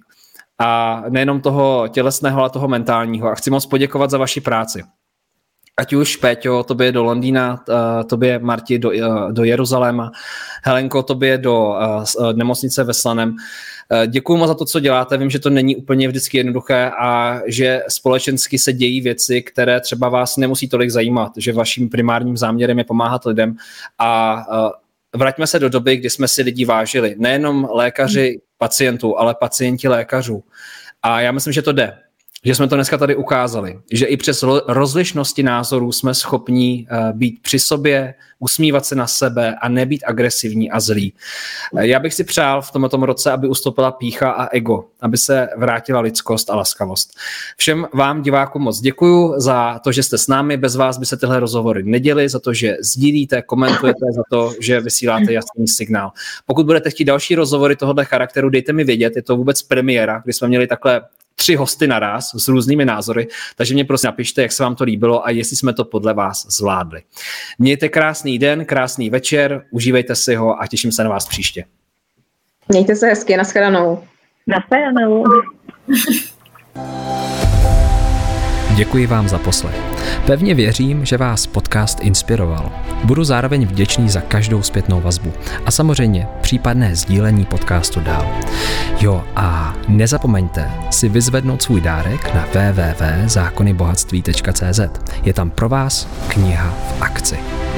a nejenom toho tělesného, ale toho mentálního. A chci moc poděkovat za vaši práci. Ať už, Péťo, tobě do Londýna, tobě, Marti, do, do Jeruzaléma, Helenko, tobě do nemocnice ve Slaném. Děkuju moc za to, co děláte. Vím, že to není úplně vždycky jednoduché a že společensky se dějí věci, které třeba vás nemusí tolik zajímat, že vaším primárním záměrem je pomáhat lidem a vraťme se do doby, kdy jsme si lidi vážili. Nejenom lékaři pacientů, ale pacienti lékařů. A já myslím, že to jde. Že jsme to dneska tady ukázali, že i přes rozlišnosti názorů jsme schopni být při sobě, usmívat se na sebe a nebýt agresivní a zlí. Já bych si přál v tomto roce, aby ustoupila pýcha a ego, aby se vrátila lidskost a laskavost. Všem vám, divákům, moc děkuju za to, že jste s námi, bez vás by se tyhle rozhovory neděly, za to, že sdílíte, komentujete, za to, že vysíláte jasný signál. Pokud budete chtít další rozhovory tohoto charakteru, dejte mi vědět, je to vůbec premiéra, kdy jsme měli takhle tři hosty naraz s různými názory, takže mě prosím napište, jak se vám to líbilo a jestli jsme to podle vás zvládli. Mějte krásný den, krásný večer, užívejte si ho a těším se na vás příště. Mějte se hezky, nashledanou. Nashledanou. Děkuji vám za poslech. Pevně věřím, že vás podcast inspiroval. Budu zároveň vděčný za každou zpětnou vazbu a samozřejmě případné sdílení podcastu dál. Jo a nezapomeňte si vyzvednout svůj dárek na w w w tečka zákony bohatství tečka c z. Je tam pro vás kniha v akci.